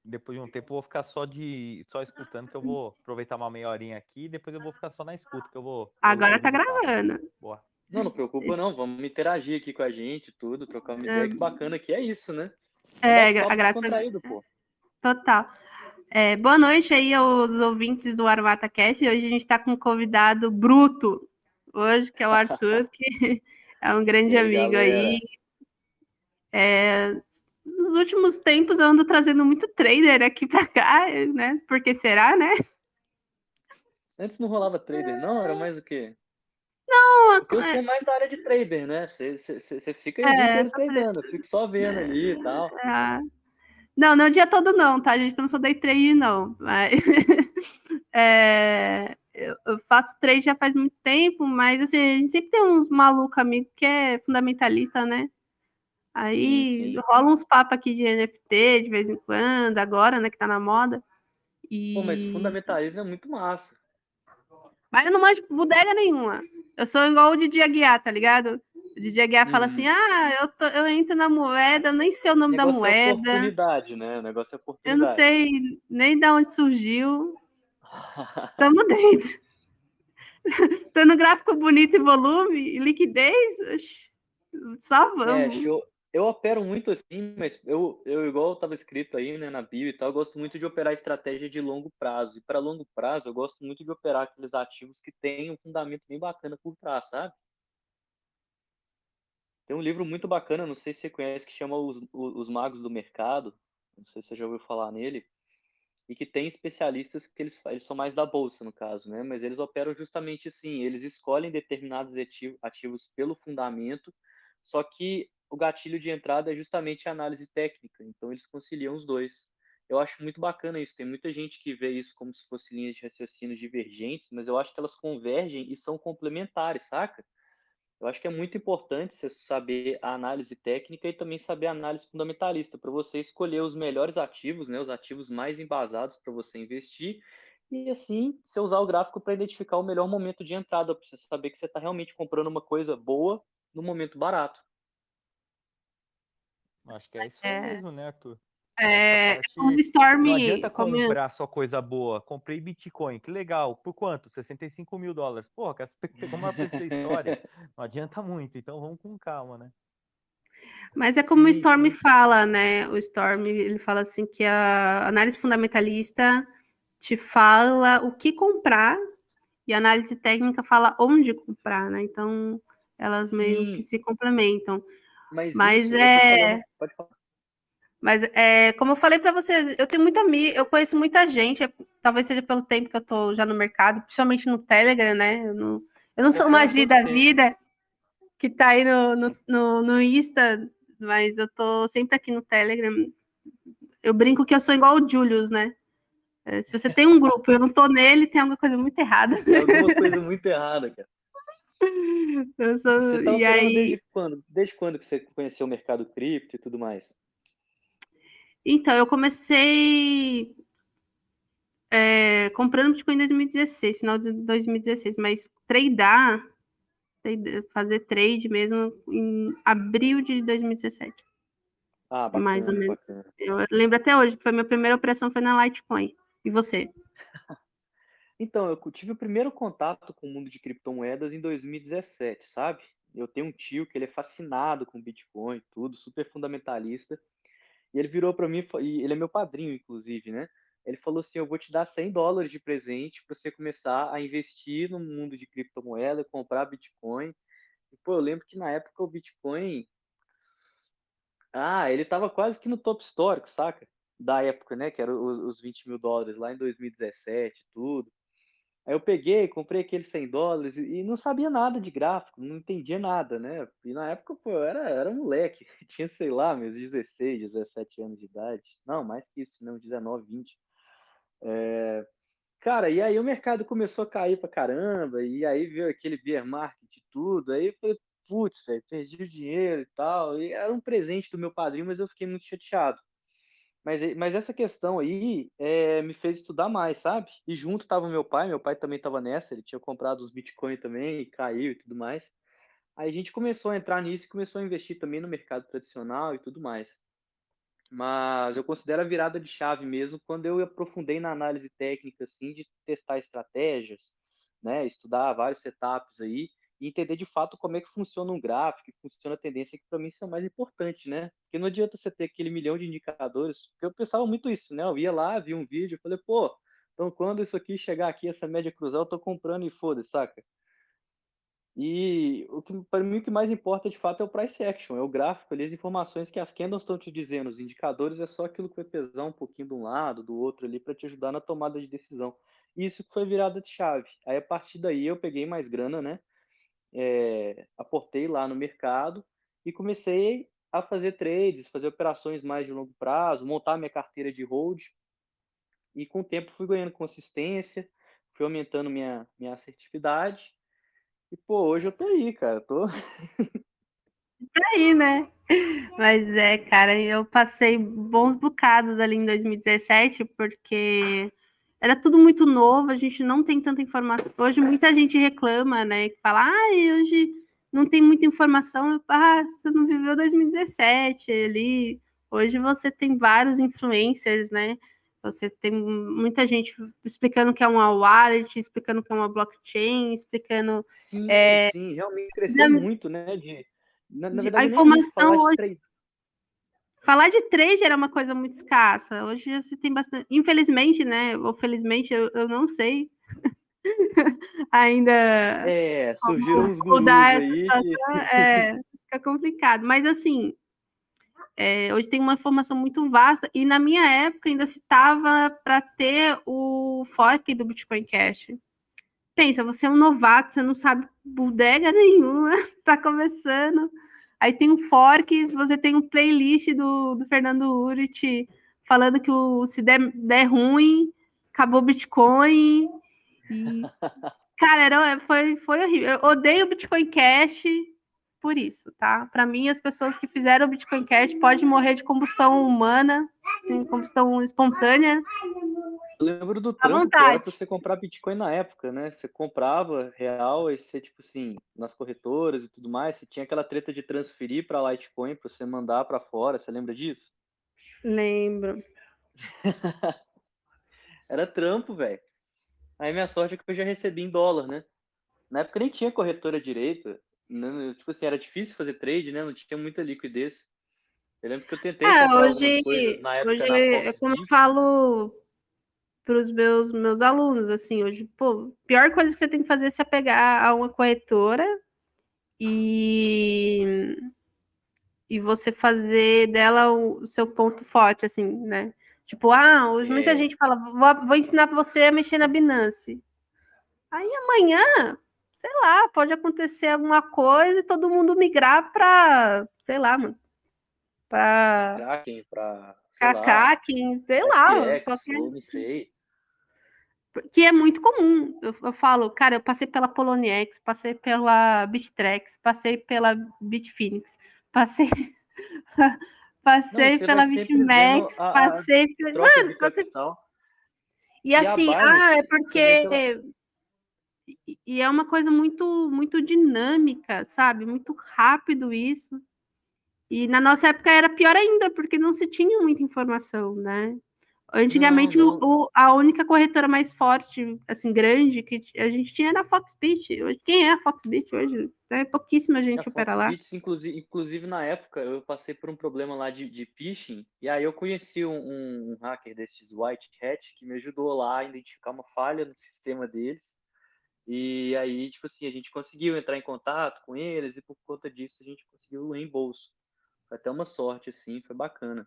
depois de um tempo eu vou ficar só escutando, que eu vou aproveitar uma meia horinha aqui e depois eu vou ficar só na escuta, que eu vou Agora tá ouvir do papo. gravando. Boa. Não preocupa não, vamos interagir aqui com a gente, tudo, trocar uma ideia, que bacana que é isso, né? É um A bate-papo graça descontraído, pô. total. Boa noite aí aos ouvintes do Armata Cast. Hoje a gente está com um convidado bruto, hoje, que é o Arthur, que é um grande E aí, amigo aí. galera? Nos últimos tempos eu ando trazendo muito trader aqui para cá, né? Por que será, né? Antes não rolava trader, não? Era mais o quê? Não, Porque eu sou mais da área de trader, né? Você fica aí o dia inteiro só tradando, eu fico só vendo ali e tal. não, não o dia todo não, tá, gente? Eu não sou day trade, não. Mas... eu faço trade já faz muito tempo, mas assim, a gente sempre tem uns malucos amigos que é fundamentalista, né? Sim, Aí sim. rola uns papos aqui de NFT de vez em quando, agora, né, que tá na moda. Pô, mas E... fundamentalismo é muito massa. Mas eu não manjo bodega nenhuma. Eu sou igual o Didi Aguiar, tá ligado? O Didi Aguiar fala assim, Uhum. eu entro na moeda, eu nem sei o O nome da negócio é moeda, oportunidade, né? O negócio é eu não oportunidade. sei nem de onde surgiu. Tamo dentro. Tendo gráfico bonito e volume, e liquidez, só É, vamos. show. Eu opero muito assim, mas eu igual estava escrito aí, né, na bio e tal, eu gosto muito de operar estratégia de longo prazo. E para longo prazo, eu gosto muito de operar aqueles ativos que têm um fundamento bem bacana por trás, sabe? Tem um livro muito bacana, não sei se você conhece, que chama Os Magos do Mercado. Não sei se você já ouviu falar nele. E que tem especialistas que eles são mais da bolsa, no caso, né? Mas eles operam justamente assim, eles escolhem determinados ativos pelo fundamento, só que o gatilho de entrada é justamente a análise técnica, então eles conciliam os dois. Eu acho muito bacana isso, tem muita gente que vê isso como se fossem linhas de raciocínio divergentes, mas eu acho que elas convergem e são complementares, saca? Eu acho que é muito importante você saber a análise técnica e também saber a análise fundamentalista, para você escolher os melhores ativos, né, os ativos mais embasados para você investir, e assim você usar o gráfico para identificar o melhor momento de entrada, para você saber que você está realmente comprando uma coisa boa no momento barato. Acho que é isso aí É, mesmo, né, Arthur? Essa como parte. Storm, Não adianta como comprar só coisa boa. Comprei Bitcoin, que legal. Por quanto? US$ 65.000. Porra, pegou o maior preço da história. Não adianta muito, então vamos com calma, né? mas é como o Sim, Storm sim. fala, né? O Storm, ele fala assim que a análise fundamentalista te fala o que comprar e a análise técnica fala onde comprar, né? Então, elas meio que Sim, se complementam. mas Mas isso eu tô falando. Pode falar. como eu falei para você, eu tenho muita amiga, eu conheço muita gente, talvez seja pelo tempo que eu tô já no mercado, principalmente no Telegram, né? Eu não Você sou uma opera Gi todo da tempo. vida que tá aí no Insta, mas eu tô sempre aqui no Telegram. Eu brinco que eu sou igual o Julius, né? Se você tem um grupo e eu não tô nele, tem alguma coisa muito errada. Tem alguma coisa muito errada, cara. Você está E operando aí, desde quando? Desde quando que você conheceu o mercado cripto e tudo mais? então, eu comecei comprando Bitcoin em 2016, final de 2016, mas fazer trade mesmo em abril de 2017, Ah, mais ou bacana, menos. bacana. Eu lembro até hoje que foi a minha primeira operação foi na Litecoin. E você? Então, eu tive o primeiro contato com o mundo de criptomoedas em 2017, sabe? Eu tenho um tio que ele é fascinado com Bitcoin, tudo, super fundamentalista. E ele virou para mim, e ele é meu padrinho, inclusive, né? Ele falou assim: Eu vou te dar US$ 100 de presente para você começar a investir no mundo de criptomoeda, comprar Bitcoin. E, pô, eu lembro que na época o Bitcoin. Ah, ele tava quase que no topo histórico, saca? Da época, né? Que era os US$ 20.000 lá em 2017, tudo. Aí eu peguei, comprei aqueles US$ 100 e não sabia nada de gráfico, não entendia nada, né? E na época, pô, eu era moleque, tinha, sei lá, meus 16, 17 anos de idade. Não, mais que isso, não, 19, 20. Cara, e aí o mercado começou a cair pra caramba, e aí veio aquele bear market e tudo, aí eu falei, putz, velho, perdi o dinheiro e tal. E era um presente do meu padrinho, mas eu fiquei muito chateado. Mas essa questão aí me fez estudar mais, sabe? E junto estava meu pai também estava nessa, ele tinha comprado os Bitcoin também, e caiu e tudo mais. Aí a gente começou a entrar nisso e começou a investir também no mercado tradicional e tudo mais. Mas eu considero a virada de chave mesmo quando eu aprofundei na análise técnica, assim, de testar estratégias, né, estudar vários setups aí e entender de fato como é que funciona um gráfico, que funciona a tendência, que para mim isso é o mais importante, né? Porque não adianta você ter aquele milhão de indicadores, porque eu pensava muito isso, né? Eu ia lá, via um vídeo, falei, pô, então quando isso aqui chegar aqui, essa média cruzar, eu tô comprando e foda, saca? E o que para mim o que mais importa de fato é o price action, é o gráfico ali, as informações que as candles estão te dizendo, os indicadores é só aquilo que vai pesar um pouquinho de um lado, do outro ali para te ajudar na tomada de decisão. E isso que foi virada de chave. Aí a partir daí eu peguei mais grana, né? Aportei lá no mercado e comecei a fazer trades, fazer operações mais de longo prazo, montar minha carteira de hold e com o tempo fui ganhando consistência, fui aumentando minha assertividade. E, pô, hoje eu tô aí, cara. Tô Aí, né? Mas cara, eu passei bons bocados ali em 2017, porque era tudo muito novo, a gente não tem tanta informação. Hoje muita gente reclama, né? Que fala, hoje não tem muita informação. Você não viveu 2017 ali. Hoje você tem vários influencers, né? Você tem muita gente explicando o que é uma wallet, explicando o que é uma blockchain, explicando. Sim, sim, realmente cresceu muito, né? Na A verdade, nem isso, informação falar de hoje. trade. Falar de trade era uma coisa muito escassa. Hoje já se tem bastante. Infelizmente, né? Ou felizmente, eu não sei ainda Surgiram uns como gurus dar essa aí que. situação. Fica complicado. Mas, assim, hoje tem uma informação muito vasta. E na minha época ainda se estava para ter o fork do Bitcoin Cash. Pensa, você é um novato, você não sabe bodega nenhuma, tá começando. Aí tem um fork, você tem um playlist do Fernando Urich falando que se der ruim, acabou o Bitcoin. E, cara, foi horrível. Eu odeio o Bitcoin Cash por isso, tá? Para mim, as pessoas que fizeram o Bitcoin Cash podem morrer de combustão humana, assim, combustão espontânea, Eu lembro do à trampo que era pra vontade. você comprar Bitcoin na época, né? Você comprava real e você, tipo assim, nas corretoras e tudo mais, você tinha aquela treta de transferir pra Litecoin pra você mandar pra fora. Você lembra disso? Lembro. Era trampo, velho. Aí minha sorte é que eu já recebi em dólar, né? Na época nem tinha corretora direito, né? Tipo assim, era difícil fazer trade, né? Não tinha muita liquidez. Eu lembro que eu tentei comprar algumas coisas na época Hoje na é como eu Foxbit. falo para os meus alunos, assim, hoje, pô, a pior coisa que você tem que fazer é se apegar a uma corretora e, e você fazer dela o seu ponto forte, assim, né? Tipo, hoje muita É, gente fala, vou ensinar você a mexer na Binance. Aí amanhã, sei lá, pode acontecer alguma coisa e todo mundo migrar para, sei lá, mano, para Kraken pra, sei lá, Kaká, quem, sei lá, FTX, qualquer. ou não sei. Que é muito comum. Eu falo, cara, eu passei pela Poloniex, passei pela Bittrex, passei pela Bitfinex, passei, Não, e passei você vai pela sempre vendo BitMEX, a passei, troca de passei. capital. E E a assim, é Binance, você vê que ela. porque e é uma coisa muito muito dinâmica, sabe? Muito rápido isso. E na nossa época era pior ainda, porque não se tinha muita informação, né? Não, Antigamente, não. a única corretora mais forte, assim, grande, que a gente tinha era a Foxbit. Hoje, quem é a Foxbit hoje? Pouquíssima A gente opera lá. Foxbits, inclusive na época, eu passei por um problema lá de phishing, e aí eu conheci um hacker desses White Hat que me ajudou lá a identificar uma falha no sistema deles. E aí, tipo assim, a gente conseguiu entrar em contato com eles, e por conta disso a gente conseguiu o reembolso. Foi até uma sorte, assim, foi bacana.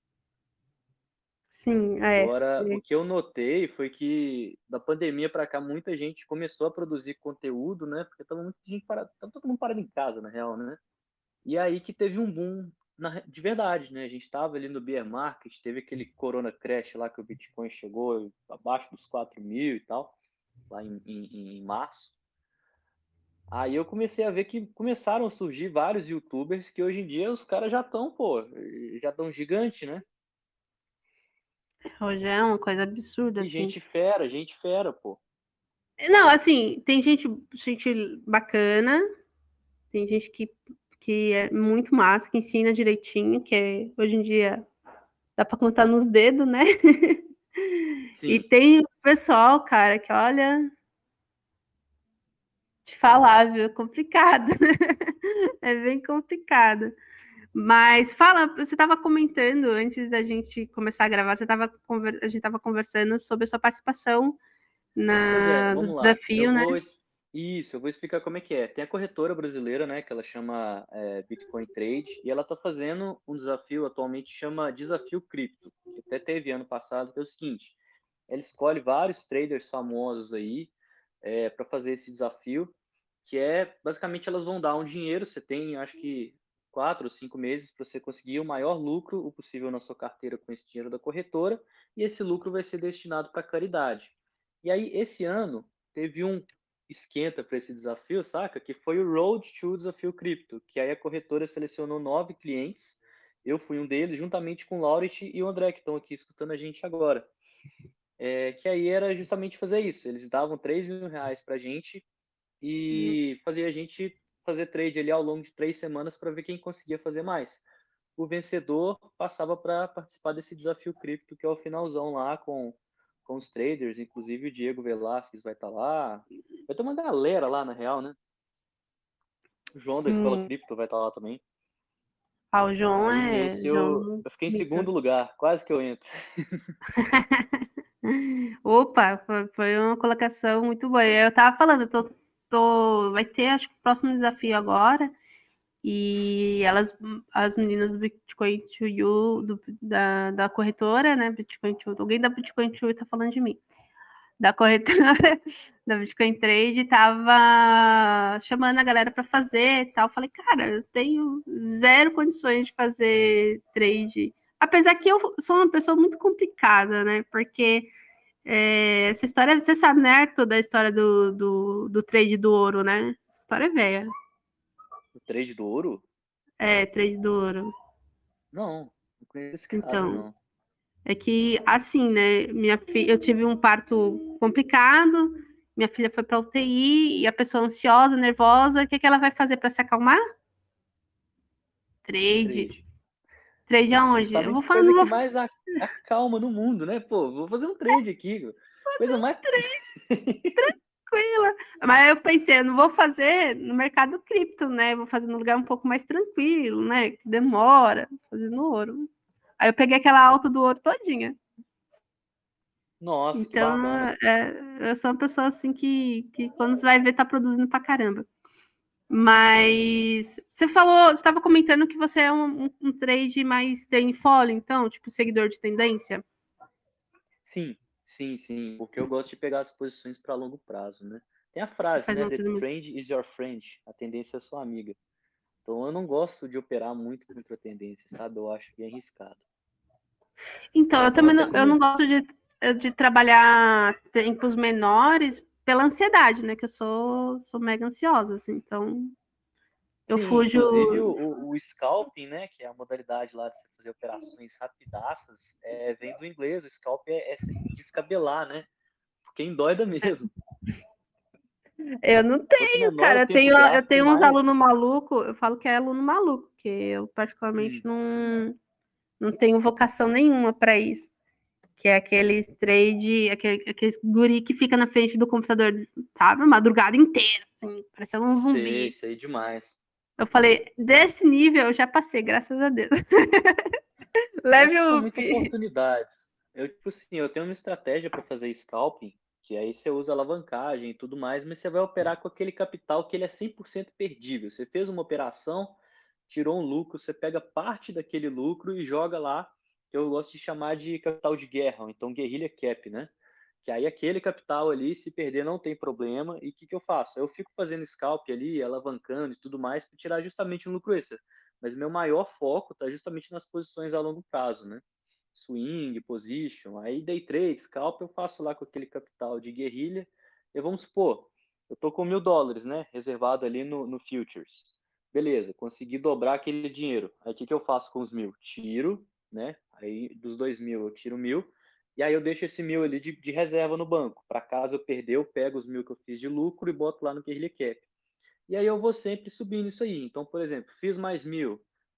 Sim, Agora, o que eu notei foi que da pandemia para cá muita gente começou a produzir conteúdo, né? Porque tava muita gente parada, tava todo mundo parado em casa, na real, né? E aí que teve um boom de verdade, né? A gente estava ali no bear market, teve aquele corona crash lá que o Bitcoin chegou abaixo dos 4.000 e tal, lá em março. Aí eu comecei a ver que começaram a surgir vários YouTubers que hoje em dia os caras já estão, pô, já estão gigante, né? hoje é uma coisa absurda, E assim. gente fera, pô. Não, assim, tem gente bacana, tem gente que é muito massa, que ensina direitinho, que hoje em dia Dá para contar nos dedos, né? E Sim. tem o pessoal, cara, que olha, te falar, viu? É complicado. É bem complicado. Mas fala, você estava comentando antes da gente começar a gravar, a gente estava conversando sobre a sua participação Pois é, no vamos lá. desafio, né? Eu vou explicar como é que é. Tem a corretora brasileira, né, que ela chama Bitcoin Trade, e ela está fazendo um desafio atualmente chama Desafio Cripto, que até teve ano passado, que é o seguinte: ela escolhe vários traders famosos aí para fazer esse desafio, que é basicamente elas vão dar um dinheiro. Você tem, acho que 4 ou 5 meses para você conseguir o maior lucro possível na sua carteira com esse dinheiro da corretora, e esse lucro vai ser destinado para caridade. E aí, esse ano, teve um esquenta para esse desafio, saca? Que foi o Road to Desafio Cripto, que aí a corretora selecionou 9 clientes. Eu fui um deles, juntamente com o Laurit e o André, que estão aqui escutando a gente agora. Que aí era justamente fazer isso. Eles davam R$ 3.000 para a gente e fazia a gente fazer trade ali ao longo de 3 semanas para ver quem conseguia fazer mais. O vencedor passava para participar desse desafio cripto, que é o finalzão lá com os traders, inclusive o Diego Velasquez vai estar lá. Vai ter uma galera lá, na real, né? O João da Escola Sim. Cripto vai estar lá também. Ah, o João Aí é. nesse João eu fiquei em Mito. segundo lugar, quase que eu entro. Opa, foi uma colocação muito boa. Eu tava falando, vai ter, acho que o próximo desafio agora. E as meninas do Bitcoin to You, da corretora, né? Bitcoin to, alguém da Bitcoin to You tá falando de mim. Da corretora da Bitcoin Trade tava chamando a galera para fazer e tal. Falei, cara, eu tenho zero condições de fazer trade. Apesar que eu sou uma pessoa muito complicada, né? Porque essa história, você sabe, né, Arthur, da história do trade do ouro, né? Essa história é velha. O trade do ouro? É, trade do ouro. Não conheço esse caso, Então, não. é que, assim, né, eu tive um parto complicado, minha filha foi para UTI, e a pessoa ansiosa, nervosa, o que que ela vai fazer para se acalmar? Trade. Trade. Trade aonde? Eu Justamente vou a falar, coisa não que vou mais acalma no mundo, né? Pô, vou fazer um trade aqui. Coisa mais. tranquila. Mas eu pensei, eu não vou fazer no mercado cripto, né? Vou fazer num lugar um pouco mais tranquilo, né? Que demora, vou fazer no ouro. Aí eu peguei aquela alta do ouro todinha. Nossa, que Então, bacana. eu sou uma pessoa assim que quando você vai ver, tá produzindo pra caramba. Mas você falou, você estava comentando que você é um trade mais trade follow, então, tipo, seguidor de tendência. Sim, sim, sim. Porque eu gosto de pegar as posições para longo prazo, né? Tem a Você frase, faz né? uma The coisa mais. trend is your friend. A tendência é sua amiga. Então eu não gosto de operar muito contra a tendência, sabe? Eu acho bem arriscado. Então, eu Eu também até eu não comentei. gosto de trabalhar tempos menores pela ansiedade, né? Que eu sou mega ansiosa, assim, então eu Sim, fujo. inclusive o scalping, né, que é a modalidade lá de você fazer operações rapidaças, vem do inglês. O scalp é descabelar, né? Quem dói da mesmo. Eu não Quanto tenho, menor o cara. tempo Eu gráfico, tenho uns mais. alunos malucos, eu falo que é aluno maluco, porque eu particularmente Hum, não tenho vocação nenhuma para isso. Que é aquele trade, aquele guri que fica na frente do computador, sabe, a madrugada inteira, assim, parecendo um zumbi. sei demais. Eu falei, desse nível eu já passei, graças a Deus. Eu acho que Level são up. muitas oportunidades. Eu, tipo assim, eu tenho uma estratégia para fazer scalping, que aí você usa alavancagem e tudo mais, mas você vai operar com aquele capital que ele é 100% perdível. Você fez uma operação, tirou um lucro, você pega parte daquele lucro e joga lá, que eu gosto de chamar de capital de guerra, ou então guerrilha cap, né? Que aí aquele capital ali, se perder, não tem problema. E o que eu faço? Eu fico fazendo scalp ali, alavancando e tudo mais, para tirar justamente um lucro extra. Mas meu maior foco está justamente nas posições a longo prazo, né? Swing, position, aí day trade, scalp, eu faço lá com aquele capital de guerrilha. E vamos supor, eu tô com US$ 1.000, né? Reservado ali no futures. Beleza, consegui dobrar aquele dinheiro. Aí o que eu faço com os 1.000? Tiro, né? Aí dos 2.000 eu tiro 1.000. E aí eu deixo esse 1.000 ali de reserva no banco. Para caso eu perder, eu pego os 1.000 que eu fiz de lucro e boto lá no Guerrilha Cap. E aí eu vou sempre subindo isso aí. Então, por exemplo, fiz mais 1.000,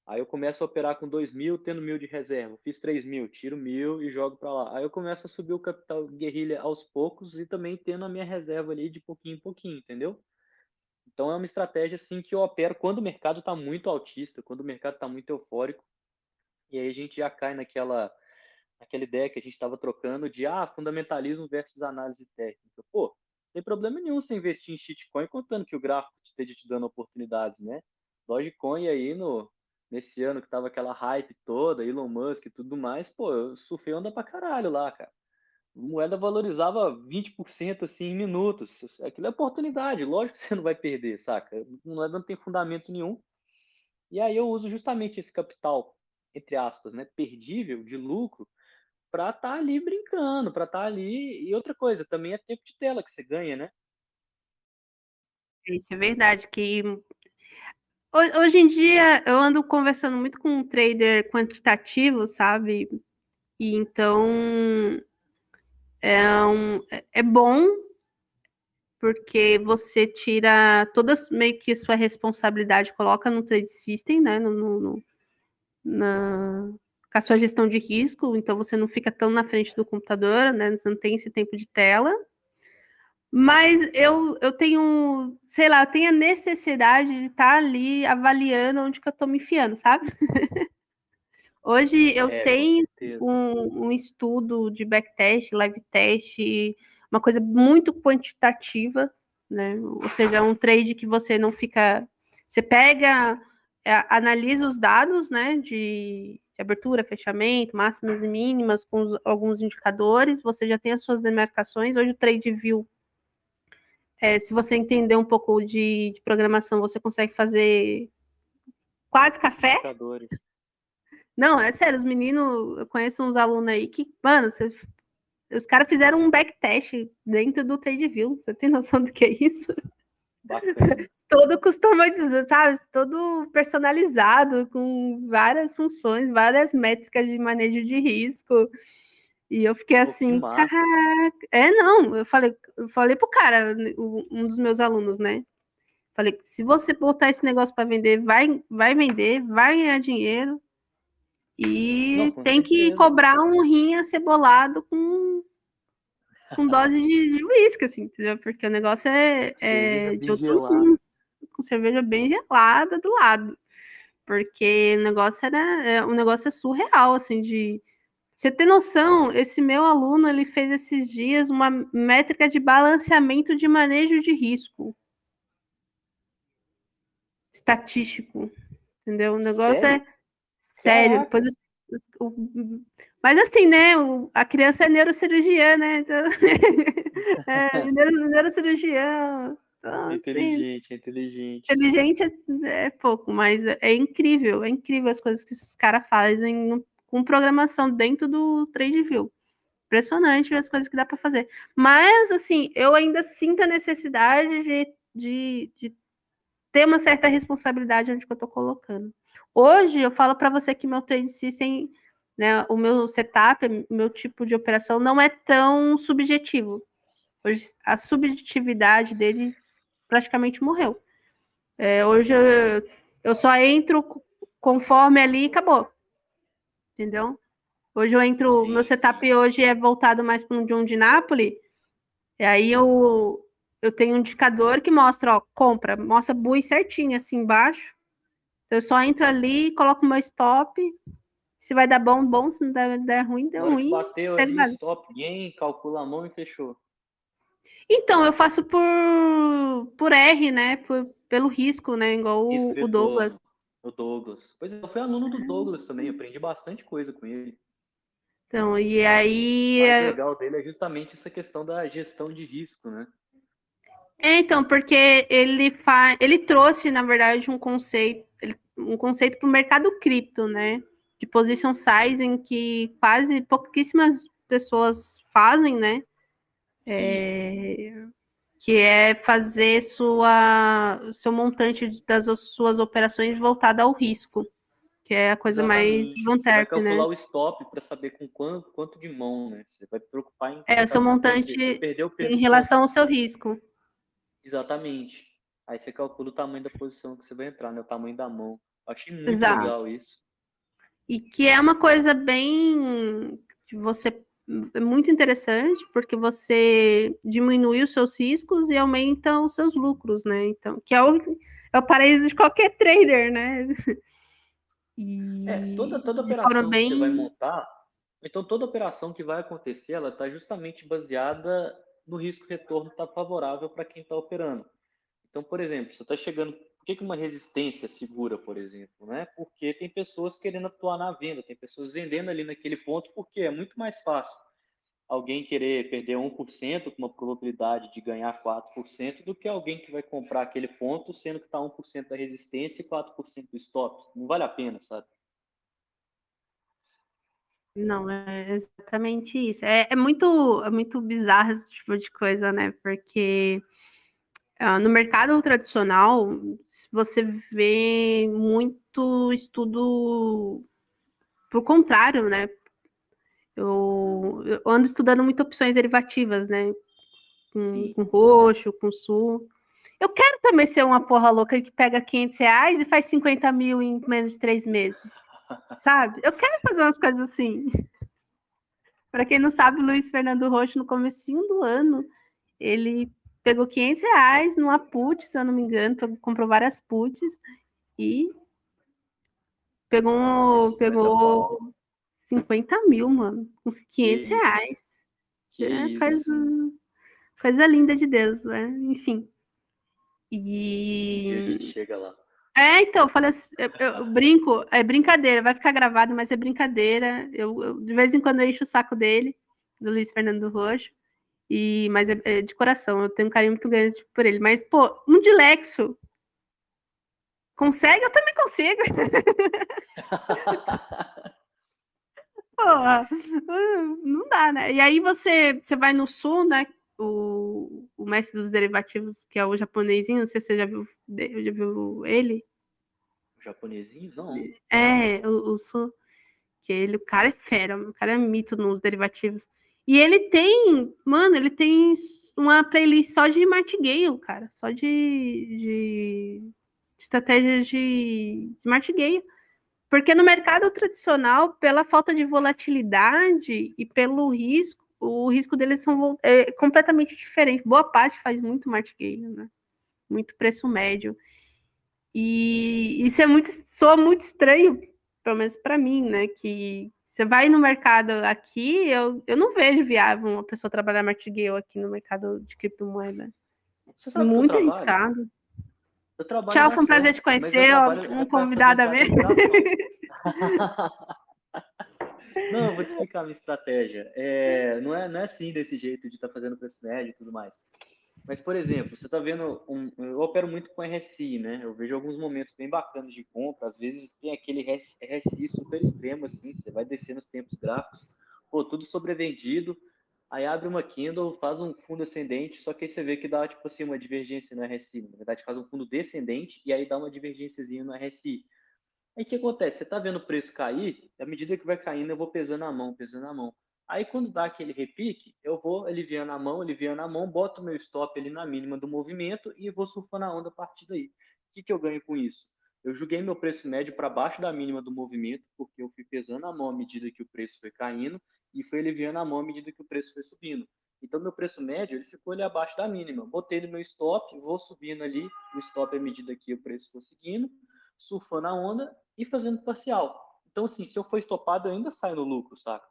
Aí eu começo a operar com 2.000, tendo 1.000 de reserva. Fiz 3.000, tiro 1.000 e jogo para lá. Aí eu começo a subir o capital guerrilha aos poucos e também tendo a minha reserva ali de pouquinho em pouquinho, entendeu? Então é uma estratégia assim que eu opero quando o mercado está muito altista, quando o mercado está muito eufórico. E aí a gente já cai naquela ideia que a gente estava trocando de fundamentalismo versus análise técnica. Pô, não tem problema nenhum você investir em shitcoin contando que o gráfico esteja te dando oportunidades, né? Dogecoin aí nesse ano que tava aquela hype toda, Elon Musk e tudo mais, pô, eu surfei onda pra caralho lá, cara. A moeda valorizava 20% assim em minutos. Aquilo é oportunidade, lógico que você não vai perder, saca? Não tem fundamento nenhum. E aí eu uso justamente esse capital, entre aspas, né, perdível de lucro para estar ali brincando, para estar ali. E outra coisa, também é tempo de tela que você ganha, né? Isso é verdade, que hoje em dia eu ando conversando muito com um trader quantitativo, sabe? E então é bom porque você tira toda meio que sua responsabilidade, coloca no trade system, né? Com a sua gestão de risco, então você não fica tão na frente do computador, né? Você não tem esse tempo de tela. Mas eu tenho, sei lá, eu tenho a necessidade de estar ali avaliando onde que eu estou me enfiando, sabe? Hoje eu Com tenho certeza. um estudo de backtest, live test, uma coisa muito quantitativa, né? Ou seja, um trade que você não fica. Você pega, analisa os dados, né? De abertura, fechamento, máximas e mínimas, com alguns indicadores, você já tem as suas demarcações. Hoje o trade view, se você entender um pouco de programação, você consegue fazer quase café. Indicadores. Não, é sério, os meninos, eu conheço uns alunos aí que, mano, os caras fizeram um backtest dentro do TradeView. Você tem noção do que é isso? Bacana. Todo customizado, sabe? Todo personalizado, com várias funções, várias métricas de manejo de risco. E eu fiquei assim, caraca. Não, eu falei pro cara, um dos meus alunos, né? Falei, se você botar esse negócio para vender, vai vender, vai ganhar dinheiro. E Não, tem que cobrar um rim acebolado com dose de uísque, assim, entendeu? Porque o negócio é de outro mundo, com cerveja bem gelada do lado. Porque o negócio é surreal, assim, de... Você ter noção, esse meu aluno, ele fez esses dias uma métrica de balanceamento de manejo de risco estatístico, entendeu? O negócio é sério. Depois mas assim, né? A criança é neurocirurgiã, né? Então, neurocirurgião. Então, inteligente. Inteligente é pouco, mas é incrível as coisas que esses caras fazem com programação dentro do TradeView. Impressionante as coisas que dá para fazer. Mas, assim, eu ainda sinto a necessidade de ter uma certa responsabilidade onde que eu estou colocando. Hoje, eu falo para você que meu trade system, né, o meu setup, o meu tipo de operação não é tão subjetivo. Hoje, a subjetividade dele praticamente morreu. Hoje, eu só entro conforme ali e acabou. Entendeu? Hoje eu entro, meu setup hoje é voltado mais para um John de Napoli, e aí eu tenho um indicador que mostra, ó, compra, mostra bui certinho assim embaixo. Eu só entro ali, coloco o meu stop. Se vai dar bom, bom. Se não der ruim, deu ruim. Bateu ali, stop gain, calcula a mão e fechou. Então, eu faço por R, né? Pelo risco, né? Igual o Douglas. O Douglas. Pois é, eu fui aluno do Douglas também, aprendi bastante coisa com ele. Então, e aí... O mais legal dele é justamente essa questão da gestão de risco, né? Então, porque ele trouxe, na verdade, um conceito para o mercado cripto, né? De position sizing que quase pouquíssimas pessoas fazem, né? Que é fazer seu montante das suas operações voltada ao risco, que é a coisa mais Você vai calcular né? o stop para saber com quanto de mão, né? Você vai preocupar em o seu montante em relação ao seu risco. Exatamente. Aí você calcula o tamanho da posição que você vai entrar, né? O tamanho da mão. Achei muito Exato. legal isso. E que é uma coisa bem que você é muito interessante, porque você diminui os seus riscos e aumenta os seus lucros, né? Então, que é o paraíso de qualquer trader, né? Toda E de forma operação que você vai bem. montar, então toda operação que vai acontecer, ela está justamente baseada no risco-retorno estar favorável para quem está operando. Então, por exemplo, você está chegando. Por que uma resistência segura, por exemplo? Né? Porque tem pessoas querendo atuar na venda, tem pessoas vendendo ali naquele ponto, porque é muito mais fácil alguém querer perder 1% com uma probabilidade de ganhar 4% do que alguém que vai comprar aquele ponto, sendo que está 1% da resistência e 4% do stop. Não vale a pena, sabe? Não, é exatamente isso. É muito bizarro esse tipo de coisa, né? Porque no mercado tradicional, você vê muito estudo pro contrário, né? Eu ando estudando muito opções derivativas, né? Com roxo, com sul. Eu quero também ser uma porra louca que pega R$ 500 e faz 50 mil em menos de 3 meses, sabe? Eu quero fazer umas coisas assim. Para quem não sabe, o Luiz Fernando Roxo, no comecinho do ano, ele pegou R$ 500 numa put, se eu não me engano, comprou várias puts e pegou 50 mil, mano, uns R$ 500. Que Faz isso. coisa linda de Deus, né? Enfim. Um dia a gente E chega lá. então, eu falei assim, eu brinco, é brincadeira, vai ficar gravado, mas é brincadeira. De vez em quando eu encho o saco dele, do Luiz Fernando Roxo, mas é de coração, eu tenho um carinho muito grande por ele. Mas, pô, um Dilexo consegue? Eu também consigo. Porra, não dá, né? E aí você vai no Sul, né? O mestre dos derivativos, que é o japonesinho, não sei se você já viu ele. O japonesinho? Não. O Sul, o cara é fera, o cara é mito nos derivativos. E ele tem, mano, ele tem uma playlist só de martingale, cara, só de estratégias de martingale. Porque no mercado tradicional, pela falta de volatilidade e pelo risco, o risco deles é completamente diferente. Boa parte faz muito martingale, né? Muito preço médio. E isso soa muito estranho, pelo menos para mim, né? Que você vai no mercado aqui, eu não vejo viável uma pessoa trabalhar martingale aqui no mercado de criptomoeda. Você sabe que eu Muito trabalho? arriscado. Eu trabalho Tchau, na foi um prazer SEC, te mas eu conhecer. Ó, trabalho um para convidado a fomentar a ver. mineração. Não, eu vou te explicar a minha estratégia. Não é assim desse jeito de estar fazendo preço médio e tudo mais. Mas, por exemplo, você está vendo, eu opero muito com RSI, né? Eu vejo alguns momentos bem bacanas de compra. Às vezes tem aquele RSI super extremo, assim, você vai descer nos tempos gráficos, pô, tudo sobrevendido. Aí abre uma Kindle, faz um fundo ascendente, só que aí você vê que dá, tipo assim, uma divergência no RSI. Na verdade, faz um fundo descendente e aí dá uma divergênciazinha no RSI. Aí o que acontece? Você está vendo o preço cair, à medida que vai caindo, eu vou pesando a mão, pesando a mão. Aí quando dá aquele repique, eu vou aliviando a mão, boto o meu stop ali na mínima do movimento e vou surfando a onda a partir daí. O que eu ganho com isso? Eu joguei meu preço médio para baixo da mínima do movimento, porque eu fui pesando a mão à medida que o preço foi caindo e fui aliviando a mão à medida que o preço foi subindo. Então, meu preço médio ele ficou ali abaixo da mínima. Botei no meu stop, vou subindo ali, o stop à medida que o preço for seguindo, surfando a onda e fazendo parcial. Então, assim, se eu for estopado, eu ainda saio no lucro, saca?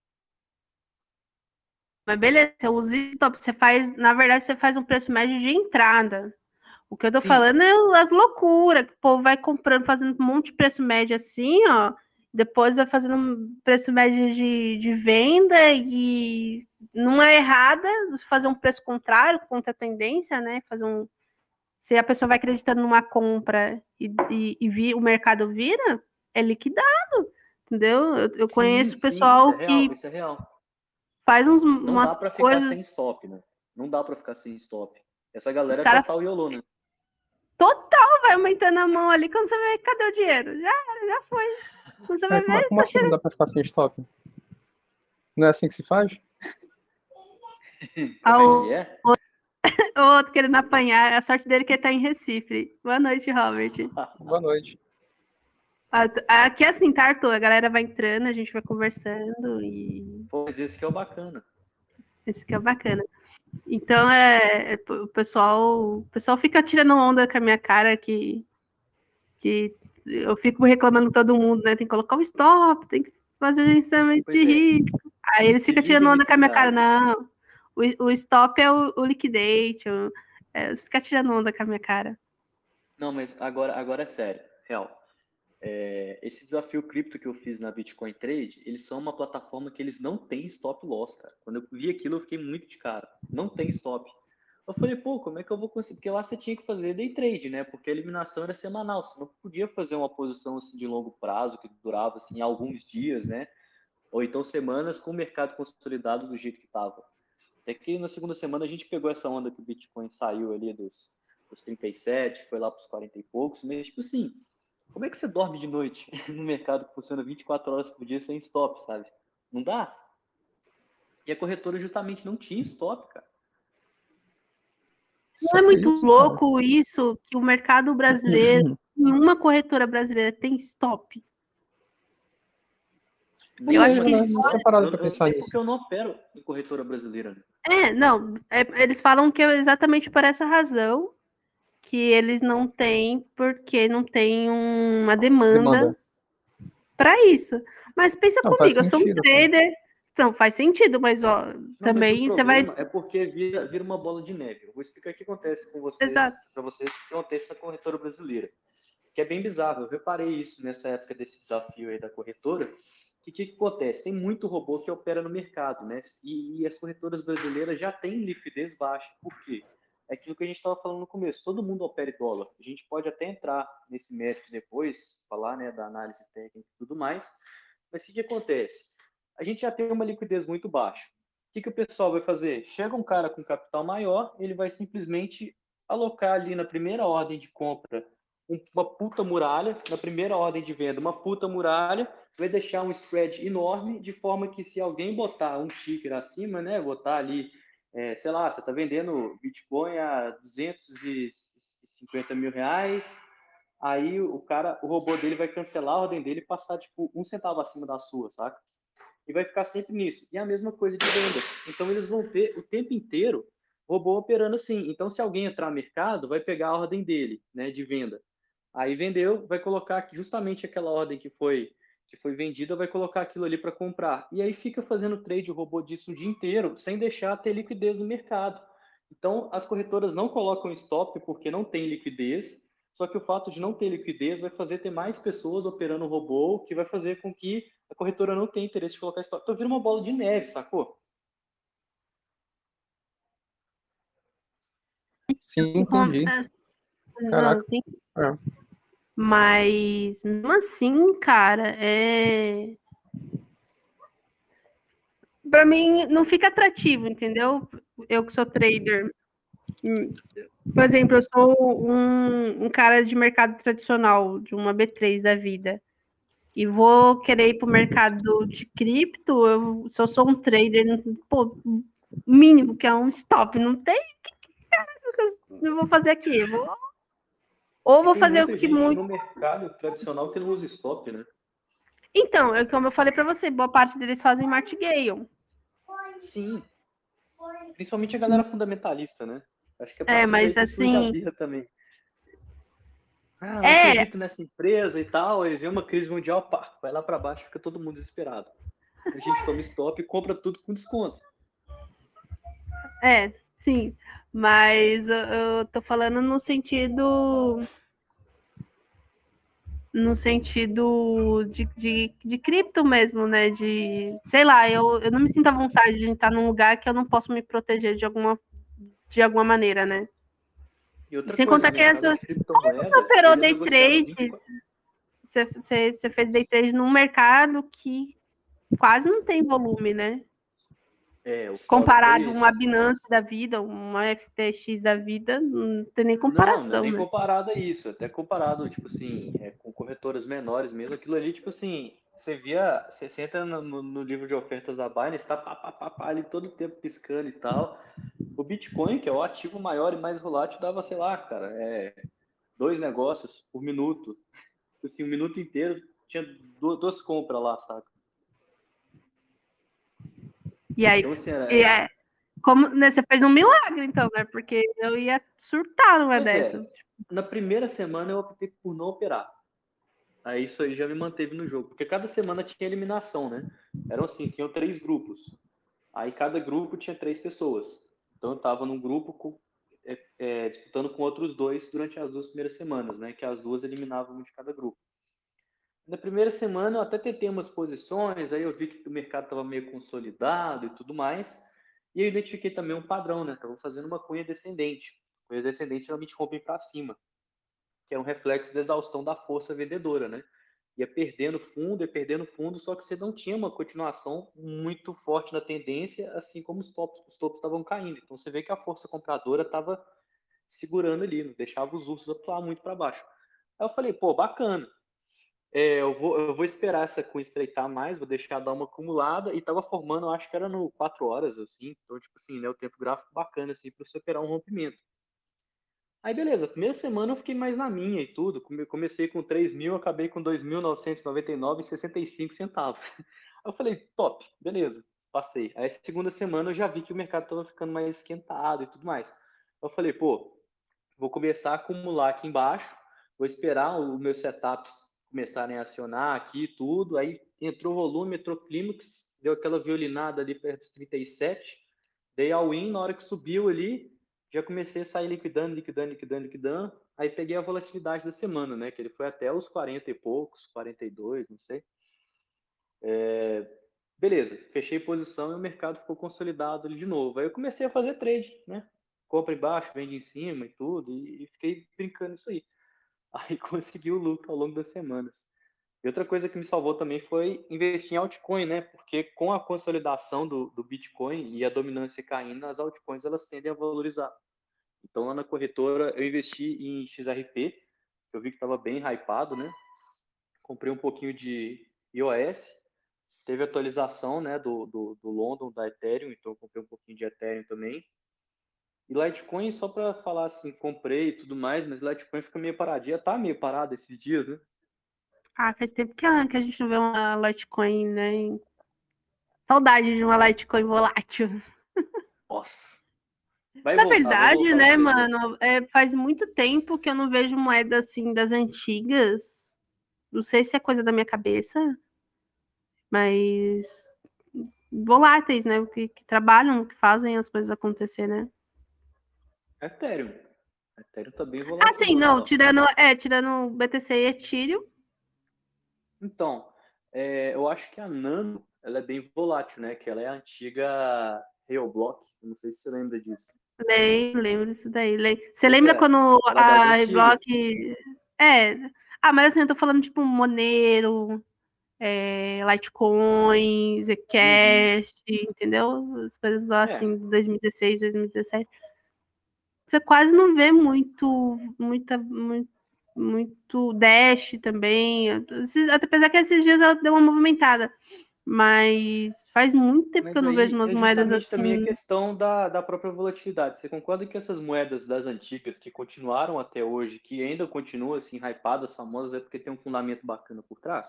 Mas beleza, você usa stop, na verdade, você faz um preço médio de entrada. O que eu tô Sim, falando é as loucuras, que o povo vai comprando, fazendo um monte de preço médio assim, ó. Depois vai fazendo um preço médio de venda e não é errada fazer um preço contrário, contra a tendência, né? Se a pessoa vai acreditando numa compra o mercado vira, é liquidado, entendeu? Eu conheço sim, isso é pessoal real, que isso é real. faz Não dá umas para ficar sem coisas. stop, né? Não dá para ficar sem stop. Essa Os galera é caras total YOLO, né? total vai aumentando a mão ali quando você vê, cadê o dinheiro? Já foi. Quando você vai ver, Como tá assim não cheirando. dá pra ficar sem stop? Não é assim que se faz? Como é que é? O outro querendo apanhar. A sorte dele é que ele tá em Recife. Boa noite, Robert. Boa noite. Aqui é assim, tá, Arthur? A galera vai entrando, a gente vai conversando e Pois esse que é o bacana. esse aqui é o bacana. Então, o pessoal fica tirando onda com a minha cara que eu fico reclamando com todo mundo, né? Tem que colocar o stop, tem que fazer o gerenciamento Pois de é. risco. Aí eles Se ficam liga tirando onda nesse com a minha cara. caso. Não, o stop é o liquidate. Fica tirando onda com a minha cara. Não, mas agora é sério, real. Esse desafio cripto que eu fiz na Bitcoin Trade, eles são uma plataforma que eles não têm stop loss, cara. Quando eu vi aquilo, eu fiquei muito de cara. Não tem stop. Eu falei, pô, como é que eu vou conseguir? Porque lá você tinha que fazer day trade, né? Porque a eliminação era semanal. Você não podia fazer uma posição assim, de longo prazo, que durava assim, alguns dias, né? Ou então semanas com o mercado consolidado do jeito que estava. Até que na segunda semana a gente pegou essa onda que o Bitcoin saiu ali dos 37, foi lá para os 40 e poucos, mas tipo assim, como é que você dorme de noite no mercado que funciona 24 horas por dia sem stop, sabe? Não dá. E a corretora justamente não tinha stop, cara. Não é muito louco isso que o mercado brasileiro, nenhuma corretora brasileira tem stop? Nem Eu acho uma que tem não stop. tinha parado pra pensar É nisso. porque eu não opero em corretora brasileira. não, eles falam que é exatamente por essa razão que eles não têm, porque não tem uma demanda para isso. Mas pensa Não, faz comigo, eu sou um sentido, pô. trader, então faz sentido, mas ó, Não, mas o também você vai. problema é porque vira uma bola de neve. Eu vou explicar o que acontece com vocês, Exato. para vocês, o que acontece na corretora brasileira. Que é bem bizarro. Eu reparei isso nessa época desse desafio aí da corretora. O que acontece? Tem muito robô que opera no mercado, né? E as corretoras brasileiras já têm liquidez baixa. Por quê? É aquilo que a gente estava falando no começo. Todo mundo opera em dólar. A gente pode até entrar nesse mérito depois, falar, né, da análise técnica e tudo mais. Mas o que acontece? A gente já tem uma liquidez muito baixa. O que o pessoal vai fazer? Chega um cara com capital maior, ele vai simplesmente alocar ali na primeira ordem de compra uma puta muralha, na primeira ordem de venda uma puta muralha, vai deixar um spread enorme, de forma que se alguém botar um ticker acima, né, botar ali, sei lá, você está vendendo Bitcoin a 250 mil reais, aí o robô dele vai cancelar a ordem dele e passar tipo 1 centavo acima da sua, saca? E vai ficar sempre nisso. E a mesma coisa de venda. Então eles vão ter o tempo inteiro robô operando assim. Então se alguém entrar no mercado, vai pegar a ordem dele, né, de venda. Aí vendeu, vai colocar justamente aquela ordem que foi vendida, vai colocar aquilo ali para comprar. E aí fica fazendo trade o robô disso o dia inteiro, sem deixar ter liquidez no mercado. Então, as corretoras não colocam stop porque não tem liquidez, só que o fato de não ter liquidez vai fazer ter mais pessoas operando o robô, que vai fazer com que a corretora não tenha interesse de colocar stop. Então vira uma bola de neve, sacou? Sim, entendi. Caraca. Não, mas mesmo assim, cara, para mim não fica atrativo, entendeu? Eu que sou trader. Por exemplo, eu sou um cara de mercado tradicional, de uma B3 da vida, e vou querer ir para o mercado de cripto, se eu sou um trader, pô, mínimo que é um stop, não tem, eu vou fazer aqui? Ou vou fazer o que muito... no mercado tradicional que não usa stop, né? Então, como eu falei para você, boa parte deles fazem martingale. Sim. Principalmente a galera fundamentalista, né? Acho que é pra mas que surge assim... a birra também. Não acredito nessa empresa e tal, aí vem uma crise mundial, pá, vai lá para baixo, fica todo mundo desesperado. A gente toma stop e compra tudo com desconto. Sim, mas eu tô falando no sentido de cripto mesmo, né? De, sei lá, eu não me sinto à vontade de estar num lugar que eu não posso me proteger de alguma maneira, né? E outra Sem coisa, contar que essas... Como você operou day trade? Você fez day trade num mercado que quase não tem volume, né? Comparado a uma Binance da vida, uma FTX da vida, não tem nem comparação. Não é nem né? comparado a isso, até comparado, tipo assim, com corretoras menores mesmo, aquilo ali, tipo assim, você entra no livro de ofertas da Binance, tá pá, ali todo o tempo piscando e tal. O Bitcoin, que é o ativo maior e mais volátil, dava, sei lá, cara, 2 negócios por minuto. tipo assim, um minuto inteiro tinha duas compras lá, saca? E aí, Então, assim, como, né, você fez um milagre, então, né? Porque eu ia surtar numa pois dessa. na primeira semana eu optei por não operar. Aí isso aí já me manteve no jogo, porque cada semana tinha eliminação, né? Eram assim, tinham 3 grupos. Aí cada grupo tinha 3 pessoas. Então eu tava num grupo disputando com outros 2 durante as 2 primeiras semanas, né? Que as 2 eliminavam um de cada grupo. Na primeira semana eu até tentei umas posições, aí eu vi que o mercado estava meio consolidado e tudo mais. E eu identifiquei também um padrão, né? Estava fazendo uma cunha descendente. Cunha descendente geralmente rompem para cima, que é um reflexo da exaustão da força vendedora, né? Ia perdendo fundo, só que você não tinha uma continuação muito forte na tendência, assim como os tops estavam caindo. Então você vê que a força compradora estava segurando ali, não deixava os ursos atuar muito para baixo. Aí eu falei, pô, bacana. Eu vou esperar essa cunha estreitar mais, vou deixar dar uma acumulada, e estava formando, acho que era no 4 horas, assim, então, tipo assim, né, o tempo gráfico bacana, assim, para você operar um rompimento. Aí, beleza, primeira semana eu fiquei mais na minha e tudo, comecei com 3.000, acabei com 2.999,65 centavos. Aí eu falei, top, beleza, passei. Aí, segunda semana eu já vi que o mercado estava ficando mais esquentado e tudo mais. Eu falei, pô, vou começar a acumular aqui embaixo, vou esperar os meus setups começarem a acionar aqui tudo, aí entrou volume, entrou clímax, deu aquela violinada ali perto dos 37, dei all-in, na hora que subiu ali, já comecei a sair liquidando, aí peguei a volatilidade da semana, né, que ele foi até os 40 e poucos, 42, não sei. Beleza, fechei posição e o mercado ficou consolidado ali de novo. Aí eu comecei a fazer trade, né, compra embaixo, vende em cima e tudo, e fiquei brincando isso aí. Aí consegui o lucro ao longo das semanas. E outra coisa que me salvou também foi investir em altcoin, né? Porque com a consolidação do Bitcoin e a dominância caindo, as altcoins elas tendem a valorizar. Então lá na corretora eu investi em XRP, eu vi que estava bem hypado, né? Comprei um pouquinho de iOS, teve atualização, né, do London, da Ethereum, então eu comprei um pouquinho de Ethereum também. E Litecoin, só para falar assim, comprei e tudo mais, mas Litecoin fica meio paradinha, tá meio parado esses dias, né? Ah, faz tempo que a gente não vê uma Litecoin, né? Saudade de uma Litecoin volátil. Nossa. Vai Na verdade, voltar né, aos tempos. mano, faz muito tempo que eu não vejo moeda assim das antigas. Não sei se é coisa da minha cabeça, mas voláteis, né? Que trabalham, que fazem as coisas acontecer, né? Ethereum. Ethereum tá bem Ah, sim, volatiloso, não, ó. tirando BTC e Ethereum. Então, eu acho que a Nano, ela é bem volátil, né? Que ela é a antiga Reoblock. Eu não sei se você lembra disso. Lembro disso daí. Você Pois lembra é, quando ela é das a antigas. Reblock. É. Ah, mas assim, eu tô falando tipo Monero, Litecoin, Uhum. Zcash, entendeu? As coisas lá É, assim, de 2016, 2017. Você quase não vê muito Dash também. Apesar que esses dias ela deu uma movimentada. Mas faz muito tempo que eu mas não vejo aí umas é moedas justamente também a assim. questão da própria volatilidade. Você concorda que essas moedas das antigas que continuaram até hoje, que ainda continuam assim hypadas, famosas, é porque tem um fundamento bacana por trás?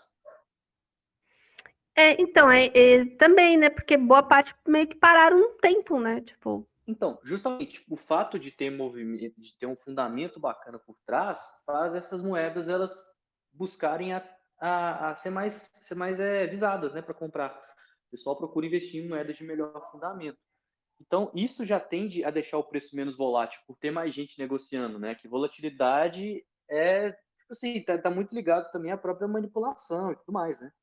Então, também, né? Porque boa parte meio que pararam um tempo, né? Tipo, Então, justamente o fato de ter movimento, de ter um fundamento bacana por trás, faz essas moedas elas buscarem a ser mais visadas, né, para comprar. O pessoal procura investir em moedas de melhor fundamento. Então, isso já tende a deixar o preço menos volátil, por ter mais gente negociando, né? Que volatilidade tipo assim, tá muito ligado também à própria manipulação e tudo mais, né?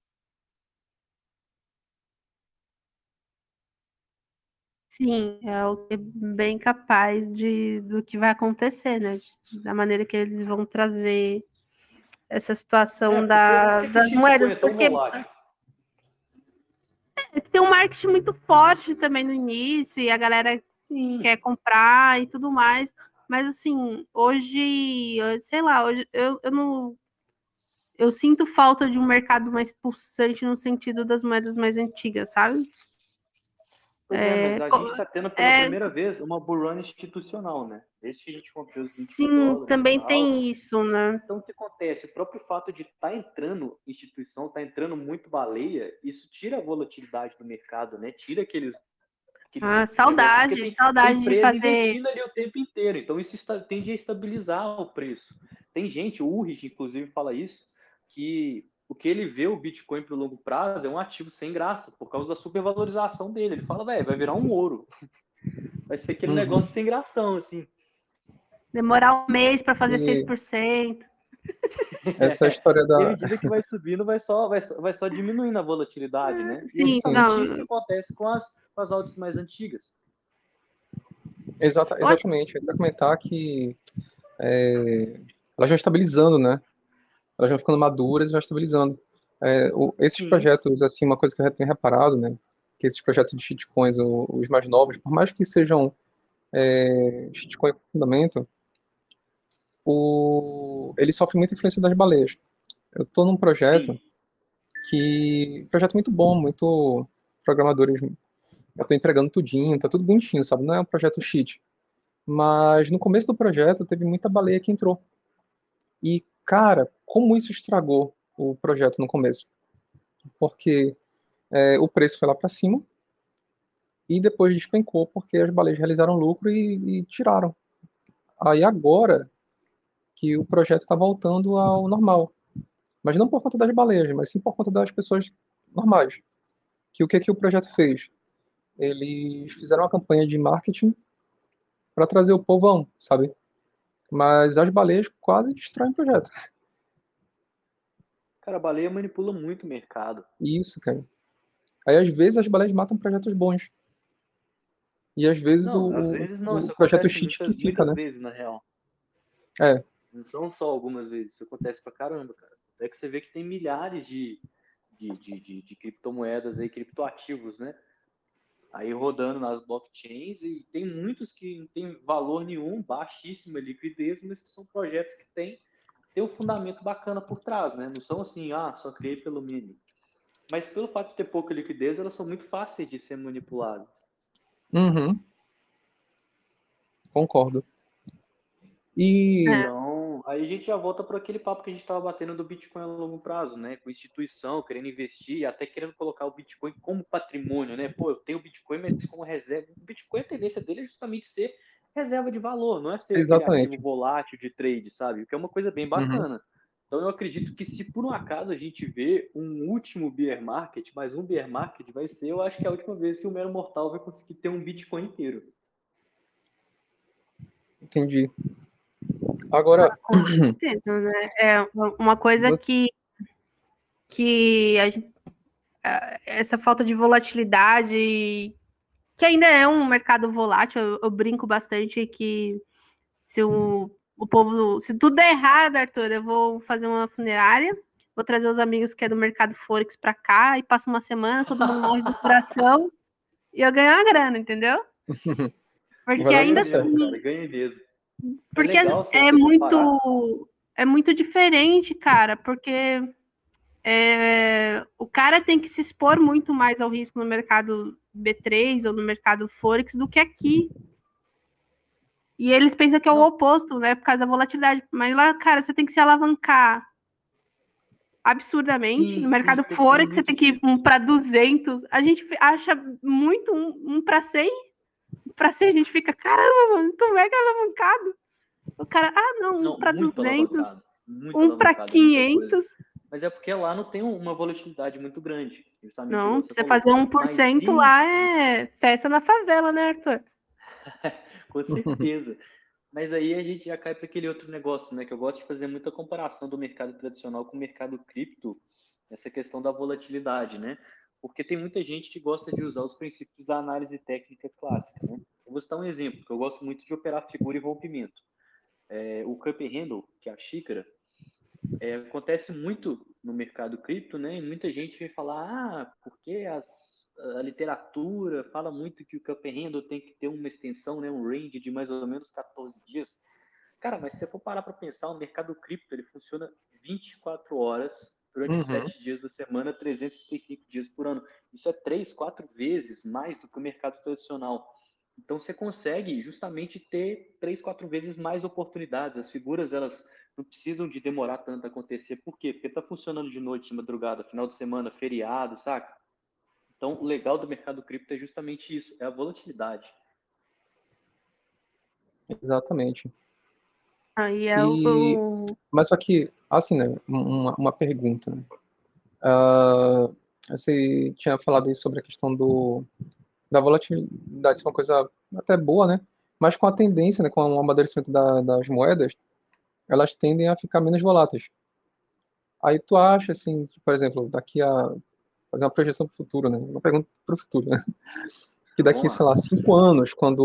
sim, é o que é bem capaz do que vai acontecer, né? Da maneira que eles vão trazer essa situação Por que que o das shitcoin moedas, é tão porque volátil? tem um marketing muito forte também no início, e a galera Sim. quer comprar e tudo mais. Mas assim, hoje, sei lá, hoje eu não. Eu sinto falta de um mercado mais pulsante no sentido das moedas mais antigas, sabe? Pois é, mas a gente está tendo pela é, primeira vez uma bull run institucional, né? Desde que a gente comprou os 20 sim, dólares também e tal. tem isso, né? Então, o que acontece? O próprio fato de estar entrando instituição, estar entrando muito baleia, isso tira a volatilidade do mercado, né? Tira aqueles Ah, negócios, porque saudade, tem saudade de empresa fazer. investindo ali o tempo inteiro. Então, isso tende a estabilizar o preço. Tem gente, o Ulrich, inclusive, fala isso, que o que ele vê o Bitcoin para o longo prazo é um ativo sem graça, por causa da supervalorização dele. Ele fala, velho, vai virar um ouro. Vai ser aquele negócio sem gração, assim. Demorar um mês para fazer E 6%. essa história E à da. medida que vai subindo, vai só diminuindo a volatilidade, né? E é Sim, justamente isso que não. acontece com as altcoins mais antigas. Exatamente. Eu ia comentar que elas vão estabilizando, né? Elas vão ficando maduras e vão estabilizando. Esses Sim. projetos, assim, uma coisa que eu já tenho reparado, né? Que esses projetos de shitcoins, os mais novos, por mais que sejam shitcoin com fundamento, eles sofrem muita influência das baleias. Eu estou num projeto projeto muito bom, muito programadores. Eu estou entregando tudinho, tá tudo bonitinho, sabe? Não é um projeto cheat. Mas no começo do projeto teve muita baleia que entrou. E, cara, como isso estragou o projeto no começo? Porque o preço foi lá para cima e depois despencou porque as baleias realizaram lucro e tiraram. Aí agora que o projeto está voltando ao normal. Mas não por conta das baleias, mas sim por conta das pessoas normais. Que o que o projeto fez? Eles fizeram uma campanha de marketing para trazer o povão, sabe? Mas as baleias quase destroem o projeto. Cara, a baleia manipula muito o mercado. Isso, cara. Aí às vezes as baleias matam projetos bons. E às vezes Não, às vezes não, o isso projeto acontece cheat que fica, muitas né? vezes, na real. É, Não são só algumas vezes, isso acontece pra caramba, cara. É que você vê que tem milhares de criptomoedas aí, criptoativos, né? Aí rodando nas blockchains e tem muitos que não tem valor nenhum, baixíssima liquidez, mas que são projetos que têm um fundamento bacana por trás, né? Não são assim, só criei pelo mínimo. Mas pelo fato de ter pouca liquidez, elas são muito fáceis de ser manipuladas. uhum, concordo. E Então, aí a gente já volta para aquele papo que a gente estava batendo do Bitcoin a longo prazo, né? Com instituição, querendo investir, e até querendo colocar o Bitcoin como patrimônio, né? Pô, eu tenho o Bitcoin, mas como reserva. O Bitcoin, a tendência dele é justamente ser reserva de valor, não é ser aquele ativo exatamente. volátil de trade, sabe? O que é uma coisa bem Uhum. bacana. Então, eu acredito que se por um acaso a gente vê um último bear market, mais um bear market vai ser, eu acho que é a última vez que o mero mortal vai conseguir ter um Bitcoin inteiro. Entendi. Agora, Com certeza, né? É uma coisa você- que essa falta de volatilidade, que ainda é um mercado volátil, eu brinco bastante que se o povo, se tudo der errado, Arthur, eu vou fazer uma funerária, vou trazer os amigos que é do mercado Forex para cá e passa uma semana, todo mundo morre do coração e eu ganho uma grana, entendeu? Porque vai dar Ganha ainda super mesmo, certo. cara, assim, ganha mesmo. É porque legal é você comparar. muito diferente, cara, porque o cara tem que se expor muito mais ao risco no mercado B3 ou no mercado Forex do que aqui. E eles pensam que é o Não, oposto, né? Por causa da volatilidade. Mas lá, cara, você tem que se alavancar absurdamente. No sim, mercado tem Forex, você muito tem que ir disso. para 200. A gente acha muito um para 100. Para 100 a gente fica, caramba, mano, tô mega alavancado. O cara, não, um Não, para 200, muito um para alavancado, é muita coisa. 500. Mas é porque lá não tem uma volatilidade muito grande, justamente Não, igual pra você você falou. fazer 1% Mas lá é festa na favela, né, Arthur? com certeza. Mas aí a gente já cai para aquele outro negócio, né? Que eu gosto de fazer muita comparação do mercado tradicional com o mercado cripto, essa questão da volatilidade, né? Porque tem muita gente que gosta de usar os princípios da análise técnica clássica, né? Eu vou citar um exemplo, que eu gosto muito de operar figura e rompimento. O cup handle, que é a xícara, acontece muito no mercado cripto, né? E muita gente vai falar, porque a literatura fala muito que o cup handle tem que ter uma extensão, né? Um range de mais ou menos 14 dias. Cara, mas se você for parar para pensar, o mercado cripto ele funciona 24 horas durante os Uhum. 7 dias da semana, 365 dias por ano. Isso é 3, 4 vezes mais do que o mercado tradicional. Então você consegue justamente ter 3, 4 vezes mais oportunidades. As figuras, elas não precisam de demorar tanto a acontecer. Por quê? Porque está funcionando de noite, de madrugada, final de semana, feriado, saca? Então, o legal do mercado cripto é justamente isso, é a volatilidade. Exatamente. Aí é E, mas só que, assim, né, uma pergunta, né? Você tinha falado aí sobre a questão da volatilidade, isso é uma coisa até boa, né? Mas com a tendência, né, com o amadurecimento das moedas, elas tendem a ficar menos voláteis. Aí tu acha, assim, que, por exemplo, daqui a... fazer uma projeção para o futuro, né? Uma pergunta para o futuro, né? Que daqui, Vamos sei lá. lá, 5 anos, quando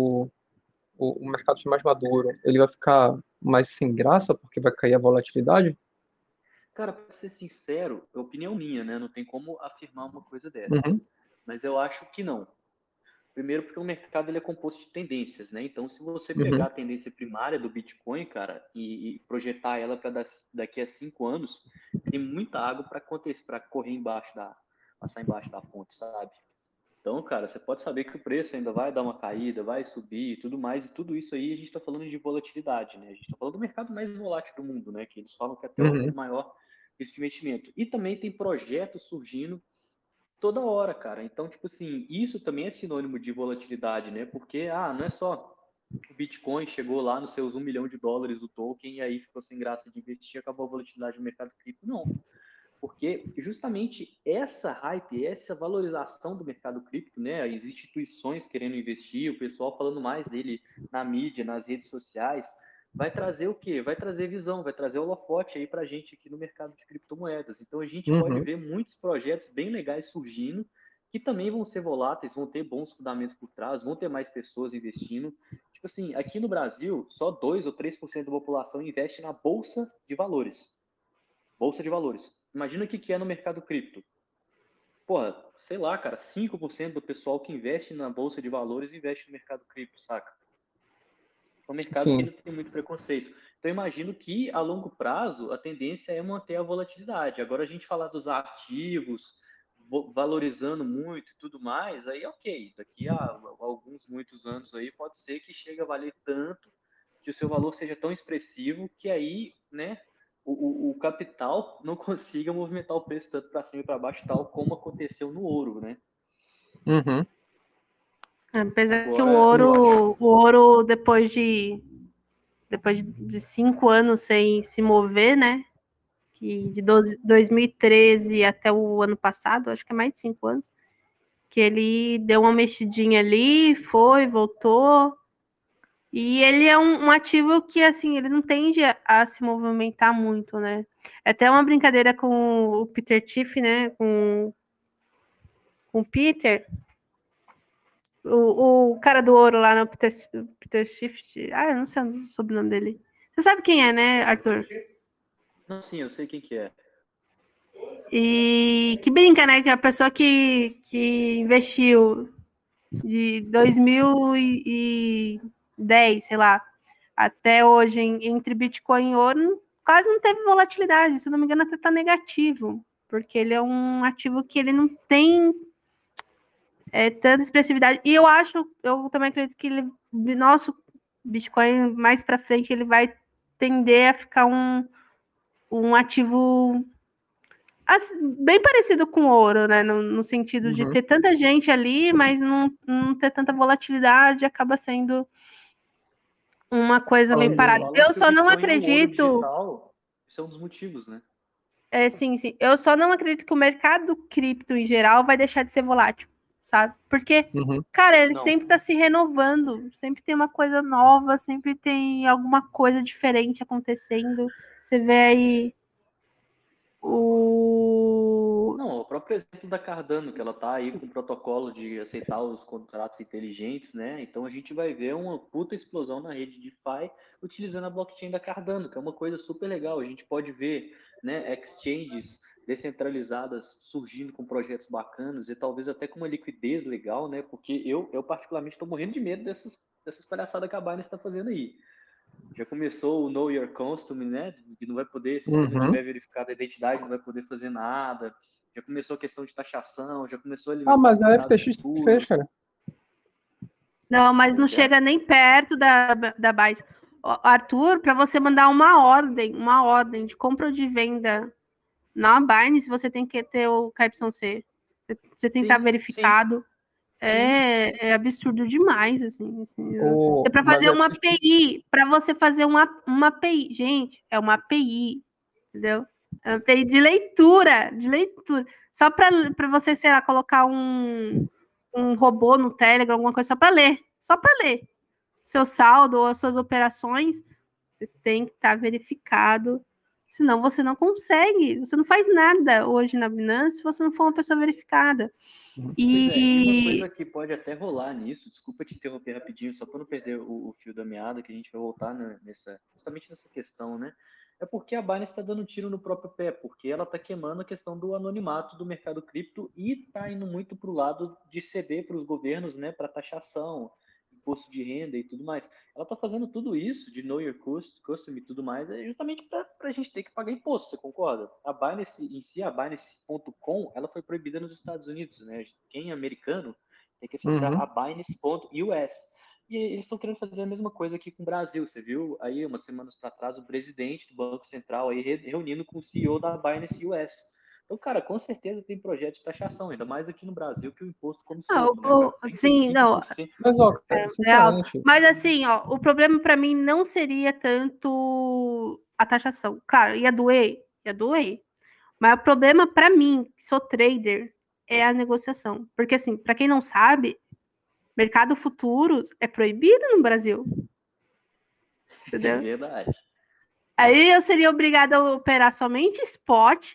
o mercado estiver mais maduro, ele vai ficar mais sem graça porque vai cair a volatilidade? Cara, para ser sincero, é opinião minha, né? Não tem como afirmar uma coisa dessas. Uhum, Mas eu acho que não. Primeiro porque o mercado ele é composto de tendências, né? Então, se você pegar uhum, a tendência primária do Bitcoin, cara, e projetar ela para daqui a 5 anos, tem muita água para acontecer, para correr passar embaixo da ponte, sabe? Então, cara, você pode saber que o preço ainda vai dar uma caída, vai subir e tudo mais, e tudo isso aí a gente está falando de volatilidade, né? A gente está falando do mercado mais volátil do mundo, né? Que eles falam que é até o uhum, maior risco de investimento. E também tem projetos surgindo toda hora, cara. Então, tipo assim, isso também é sinônimo de volatilidade, né? Porque, não é só o Bitcoin chegou lá nos seus 1 milhão de dólares o token e aí ficou sem graça de investir, acabou a volatilidade do mercado cripto. Não. Porque justamente essa hype, essa valorização do mercado cripto, né? As instituições querendo investir, o pessoal falando mais dele na mídia, nas redes sociais, vai trazer o quê? Vai trazer visão, vai trazer holofote aí para a gente aqui no mercado de criptomoedas. Então a gente pode uhum, ver muitos projetos bem legais surgindo, que também vão ser voláteis, vão ter bons fundamentos por trás, vão ter mais pessoas investindo. Tipo assim, aqui no Brasil, só 2 ou 3% da população investe na bolsa de valores. Bolsa de valores. Imagina o que é no mercado cripto. Porra, sei lá, cara, 5% do pessoal que investe na bolsa de valores investe no mercado cripto, saca? É um mercado que sim, ainda tem muito preconceito. Então, eu imagino que a longo prazo a tendência é manter a volatilidade. Agora, a gente falar dos ativos valorizando muito e tudo mais, aí ok. Daqui a alguns, muitos anos aí, pode ser que chegue a valer tanto, que o seu valor seja tão expressivo, que aí, né, o capital não consiga movimentar o preço tanto para cima e para baixo, tal como aconteceu no ouro, né? uhum. apesar que Agora, eu acho. o ouro depois de 5 anos sem se mover, né? Que de 2013 até o ano passado, acho que é mais de 5 anos, que ele deu uma mexidinha ali, foi, voltou. E ele é um ativo que, assim, ele não tende a se movimentar muito, né? É até uma brincadeira com o Peter Schiff, né? Com o Peter, o cara do ouro lá, no Peter Schiff. Eu não sei o sobrenome dele. Você sabe quem é, né, Arthur? Não, sim, eu sei quem que é. E que brinca, né? Que a pessoa que investiu de 2010, sei lá, até hoje entre Bitcoin e ouro, quase não teve volatilidade. Se não me engano, até está negativo, porque ele é um ativo que ele não tem tanta expressividade. E eu também acredito que nosso Bitcoin mais para frente ele vai tender a ficar um ativo bem parecido com ouro, né? No sentido de Uhum. ter tanta gente ali, mas não ter tanta volatilidade, acaba sendo uma coisa meio Eles parada. falam Eu que o só não Bitcoin é o ouro acredito, digital. Isso é um dos motivos, né? sim, eu só não acredito que o mercado cripto em geral vai deixar de ser volátil, sabe? Porque, Uhum. cara, ele Não. sempre está se renovando, sempre tem uma coisa nova, sempre tem alguma coisa diferente acontecendo. Você vê aí o. Não, o próprio exemplo da Cardano, que ela está aí com o protocolo de aceitar os contratos inteligentes, né? Então a gente vai ver uma puta explosão na rede DeFi utilizando a blockchain da Cardano, que é uma coisa super legal. A gente pode ver, né, exchanges descentralizadas surgindo com projetos bacanas e talvez até com uma liquidez legal, né? Porque eu particularmente estou morrendo de medo dessas palhaçadas que a Binance está fazendo aí. Já começou o Know Your Customer, né? Que não vai poder, se você não tiver verificado a identidade, não vai poder fazer nada. Já começou a questão de taxação, já começou a alimentar mas o a mercado FTX futuro. fez, cara. Não, mas não Como é que é? chega nem perto da Binance. Arthur, para você mandar uma ordem de compra ou de venda na Binance, você tem que ter o KYC. Você tem que estar Sim, verificado. É absurdo demais, assim. O- Para mas fazer a uma FTX API, para você fazer uma API, gente, é uma API, entendeu? É uma API de leitura. Só para você, sei lá, colocar um robô no Telegram, alguma coisa, só para ler. Seu saldo ou as suas operações, você tem que estar verificado. Senão você não consegue. Você não faz nada hoje na Binance se você não for uma pessoa verificada. Pois é, e uma coisa que pode até rolar nisso, desculpa te interromper rapidinho, só para não perder o fio da meada, que a gente vai voltar justamente nessa questão, né? É porque a Binance está dando um tiro no próprio pé, porque ela está queimando a questão do anonimato do mercado cripto e está indo muito para o lado de ceder para os governos, né, para taxação, imposto de renda e tudo mais. Ela está fazendo tudo isso de know your custom e tudo mais, justamente para a gente ter que pagar imposto, você concorda? A Binance em si, a Binance.com, ela foi proibida nos Estados Unidos, né? Quem é americano tem que acessar a Binance.us. E eles estão querendo fazer a mesma coisa aqui com o Brasil. Você viu aí, umas semanas para trás, o presidente do Banco Central aí reunindo com o CEO da Binance US. Então, cara, com certeza tem projeto de taxação, ainda mais aqui no Brasil, que o imposto come solto, né, cara? Sim, não. 35%. Mas, ó, É sinceramente, mas assim, ó, o problema para mim não seria tanto a taxação. Claro, ia doer. Mas o problema para mim, que sou trader, é a negociação. Porque assim, para quem não sabe, mercado futuros é proibido no Brasil. É Entendeu? verdade. Aí eu seria obrigada a operar somente spot,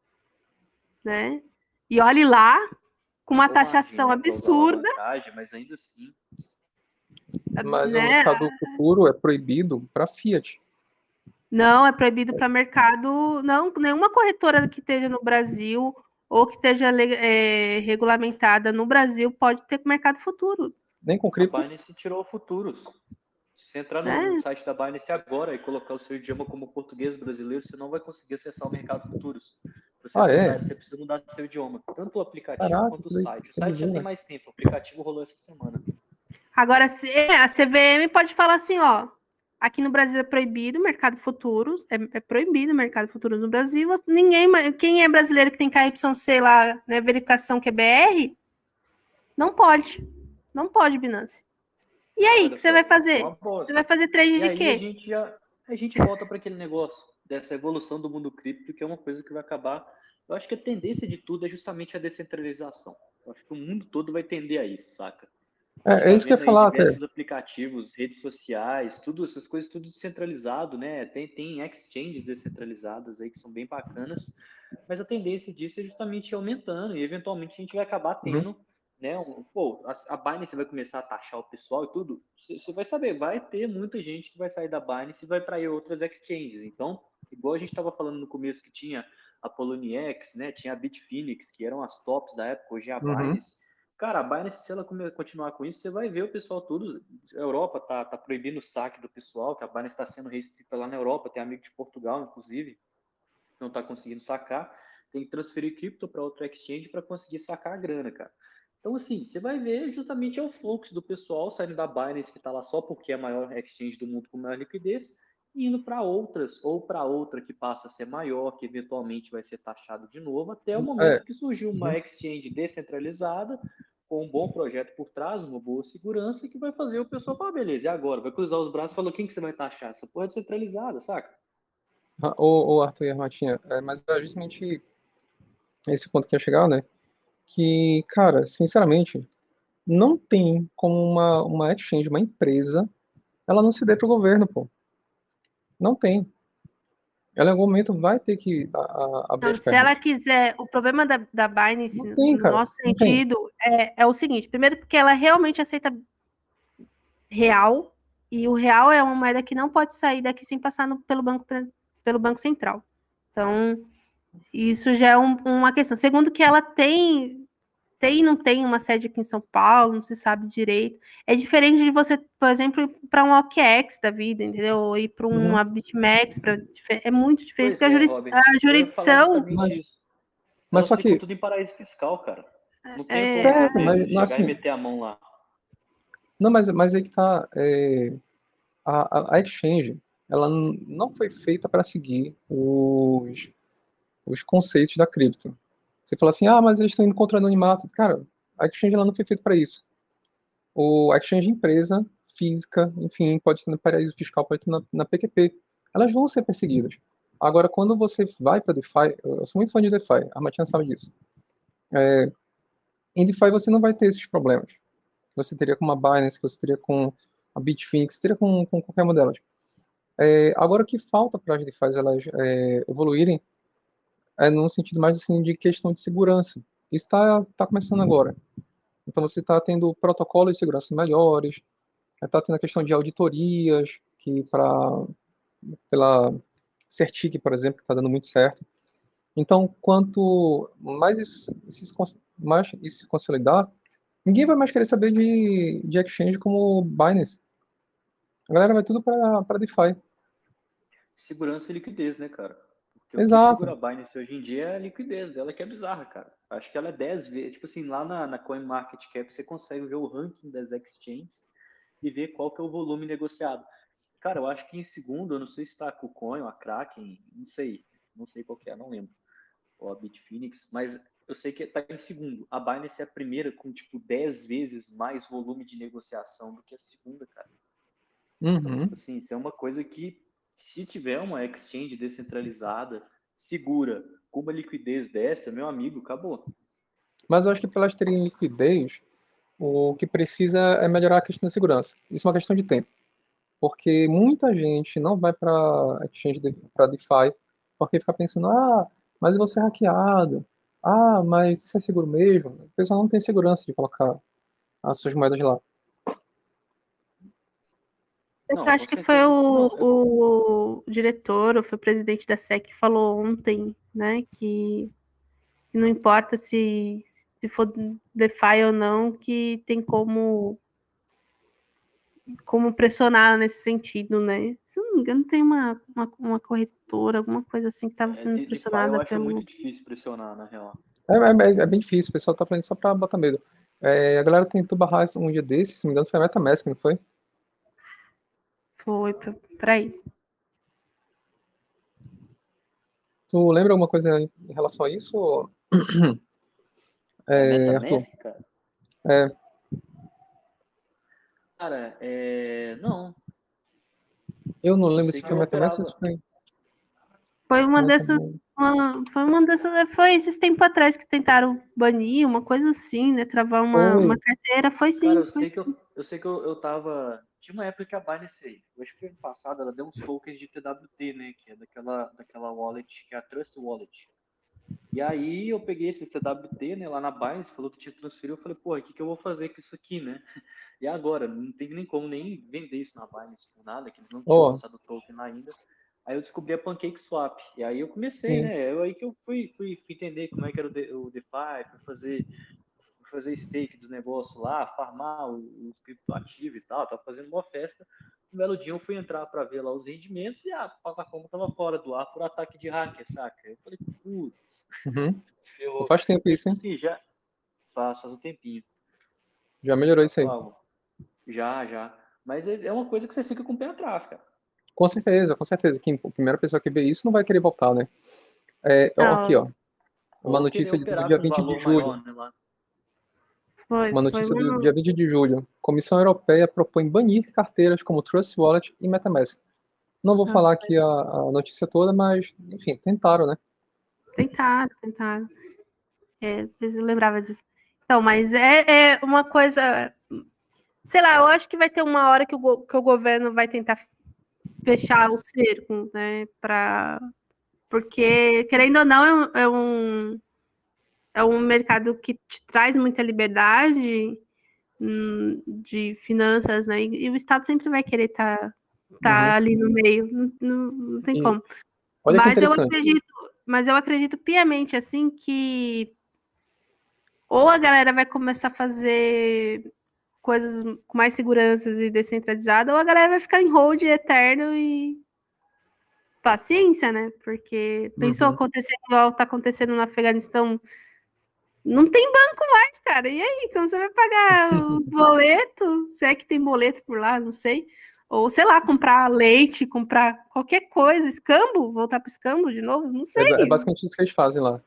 né? E olhe lá, com uma Ou margem, taxação né, para usar absurda, alavancagem, mas ainda assim. mas o né? mercado futuro é proibido para Fiat. Não, é proibido para mercado. Não, nenhuma corretora que esteja no Brasil ou que esteja regulamentada no Brasil pode ter mercado futuro, Nem com A cripto. Binance tirou futuros. Se você entrar no né? site da Binance agora e colocar o seu idioma como português brasileiro, você não vai conseguir acessar o mercado futuros. Para você acessar, É? você precisa mudar seu idioma, tanto o aplicativo Caraca, quanto o site. O que site já tem doideira. mais tempo, o aplicativo rolou essa semana. Agora, a CVM pode falar assim, ó. Aqui no Brasil é proibido o mercado futuros, é proibido o mercado futuros no Brasil. Quem é brasileiro que tem KYC lá, né, verificação que é BR, não pode. Não pode, Binance. E aí, o Olha que você vai só, fazer? uma Você bosta. vai fazer trade E de aí quê? a gente volta para aquele negócio dessa evolução do mundo cripto, que é uma coisa que vai acabar. Eu acho que a tendência de tudo é justamente a descentralização. Eu acho que o mundo todo vai tender a isso, saca? A gente É está isso que eu vendo ia aí falar até. diversos aplicativos, redes sociais, tudo, essas coisas tudo descentralizado, né? Tem exchanges descentralizadas aí que são bem bacanas, mas a tendência disso é justamente ir aumentando e eventualmente a gente vai acabar Uhum. tendo, né? A Binance vai começar a taxar o pessoal e tudo. Você vai saber, vai ter muita gente que vai sair da Binance e vai para outras exchanges. Então, igual a gente estava falando no começo que tinha a Poloniex, né? Tinha a Bitfinex, que eram as tops da época, hoje é a Uhum. Binance. Cara, a Binance, se ela continuar com isso, você vai ver o pessoal todo. A Europa tá proibindo o saque do pessoal, que a Binance está sendo restrita lá na Europa. Tem amigo de Portugal, inclusive, que não está conseguindo sacar. Tem que transferir cripto para outra exchange para conseguir sacar a grana, cara. Então, assim, você vai ver justamente o fluxo do pessoal saindo da Binance, que está lá só porque é a maior exchange do mundo com maior liquidez, e indo para outras, ou para outra que passa a ser maior, que eventualmente vai ser taxado de novo, até o momento que surgiu Uhum. uma exchange descentralizada, com um bom projeto por trás, uma boa segurança, que vai fazer o pessoal falar, beleza, e agora? Vai cruzar os braços e falar, quem que você vai taxar? Essa porra é descentralizada, saca? Ô, Arthur e Armatinha, mas é justamente esse ponto que ia chegar, né? Que, cara, sinceramente, não tem como uma exchange, uma empresa, ela não se dê pro governo, pô. Não tem. Ela em algum momento vai ter que abrir Então, as se pernas. ela quiser, o problema da Binance, Não tem, no cara. nosso Não tem. sentido, é o seguinte: primeiro, porque ela realmente aceita real, e o real é uma moeda que não pode sair daqui sem passar pelo Banco Central. Então, isso já é uma questão. Segundo, que ela tem tem e não tem uma sede aqui em São Paulo, não se sabe direito. É diferente de você, por exemplo, ir para um OKX da vida, entendeu? Ou ir para uma BitMEX, é muito diferente, Pois porque é, Robert. a Eu ia falar jurisdição... justamente isso. Mas Elas só ficam que, tudo em paraíso fiscal, cara. Não tem É, como certo, você mas chegar assim, e meter a mão lá. não, mas aí que tá, a exchange, ela não foi feita para seguir os conceitos da cripto. Você fala assim, mas eles estão indo contra o anonimato. Cara, a exchange ela não foi feita para isso. A exchange empresa física, enfim, pode ter no paraíso fiscal, pode ter na PQP. Elas vão ser perseguidas. Agora, quando você vai para DeFi, eu sou muito fã de DeFi, a Matina sabe disso. Em DeFi você não vai ter esses problemas. Você teria com uma Binance, você teria com a Bitfinex, teria com qualquer uma delas. Agora, o que falta para as DeFi elas evoluírem é no sentido mais assim, de questão de segurança. Isso está começando agora. Então, você está tendo protocolos de segurança melhores, está tendo a questão de auditorias, que pela Certic, por exemplo, que está dando muito certo. Então, quanto mais isso se consolidar, ninguém vai mais querer saber de exchange como Binance. A galera vai tudo para DeFi. Segurança e liquidez, né, cara? Porque o que Exato. segura a Binance hoje em dia é a liquidez dela, que é bizarra, cara. Acho que ela é 10 vezes. Tipo assim, lá na CoinMarketCap você consegue ver o ranking das exchanges e ver qual que é o volume negociado. Cara, eu acho que em segundo, eu não sei se está a KuCoin ou a Kraken, não sei qual que é, não lembro. Ou a Bitfinex, mas eu sei que está em segundo. A Binance é a primeira com, tipo, 10 vezes mais volume de negociação do que a segunda, cara. Então, tipo assim, isso é uma coisa que, se tiver uma exchange descentralizada, segura, com uma liquidez dessa, meu amigo, acabou. Mas eu acho que para elas terem liquidez, o que precisa é melhorar a questão da segurança. Isso é uma questão de tempo. Porque muita gente não vai para exchange para DeFi porque fica pensando, mas eu vou ser hackeado. Mas isso é seguro mesmo. O pessoal não tem segurança de colocar as suas moedas lá. Eu Não, acho com que foi certeza. Não, o diretor, ou foi o presidente da SEC que falou ontem, né, que não importa se for DeFi ou não, que tem como pressionar nesse sentido, né? Se eu não me engano, tem uma corretora, alguma coisa assim que estava sendo DeFi eu pressionada acho pelo... muito difícil pressionar, na real. É bem difícil, o pessoal tá falando só para botar medo. A galera tentou barrar um dia desses, se não me engano, foi a MetaMask, não foi? Foi, para aí. Tu lembra alguma coisa em relação a isso, Arthur? MetaMask, cara? Cara, não. Eu não Eu lembro sei se que foi eu MetaMask ou se operava. foi... Foi uma Não, dessas... Foi esses tempos atrás que tentaram banir, uma coisa assim, né? Travar uma carteira. Foi Cara, sim, eu foi sei que sim. eu tava. Tinha uma época que a Binance, eu acho que foi ano passado, ela deu uns tokens de TWT, né? Que é daquela wallet, que é a Trust Wallet. E aí eu peguei esses TWT, né, lá na Binance, falou que tinha transferido, eu falei, pô, o que que eu vou fazer com isso aqui, né? E agora? Não tem nem como nem vender isso na Binance por nada, que eles não tinham lançado o token ainda. Aí eu descobri a PancakeSwap. E aí eu comecei, sim. né? Aí que eu fui entender como é que era o DeFi, fui fazer stake dos negócios lá, farmar os criptoativos e tal, tava fazendo uma festa. Um belo dia eu fui entrar para ver lá os rendimentos e a plataforma tava fora do ar por ataque de hacker, saca? Eu falei, putz, ferrou. Faz tempo Então, isso, tipo hein? assim, já faz um tempinho. Já melhorou isso aí. Já. Mas é uma coisa que você fica com o pé atrás, cara. Com certeza, com certeza. A primeira pessoa que vê isso não vai querer voltar, né? Aqui, Não, ó. Uma Ou querer notícia do operar dia com um 20 de valor julho. maior, né? Lá. Uma notícia do dia 20 de julho. Comissão Europeia propõe banir carteiras como Trust Wallet e MetaMask. Não vou falar aqui a notícia toda, mas, enfim, tentaram, né? Tentaram. Eu lembrava disso. Então, mas é uma coisa... Sei lá, eu acho que vai ter uma hora que o governo vai tentar fechar o cerco, né? Porque, querendo ou não, é um mercado que te traz muita liberdade de finanças, né? E o Estado sempre vai querer estar ali no meio, não tem como. Olha que interessante. Mas eu acredito piamente, assim, que Ou a galera vai começar a fazer coisas com mais seguranças e descentralizada, ou a galera vai ficar em hold eterno e paciência, né? Porque pensou acontecer igual tá acontecendo no Afeganistão, não tem banco mais, cara. E aí, como você vai pagar os boletos? Se é que tem boleto por lá, não sei. Ou, sei lá, comprar leite, comprar qualquer coisa, escambo, voltar pro escambo de novo, não sei. É basicamente isso que eles fazem lá.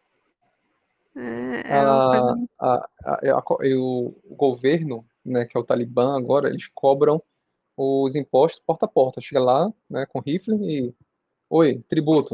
É uma coisa... O governo, né, que é o Talibã agora, eles cobram os impostos porta a porta. Chega lá, né, com rifle e... Oi, tributo.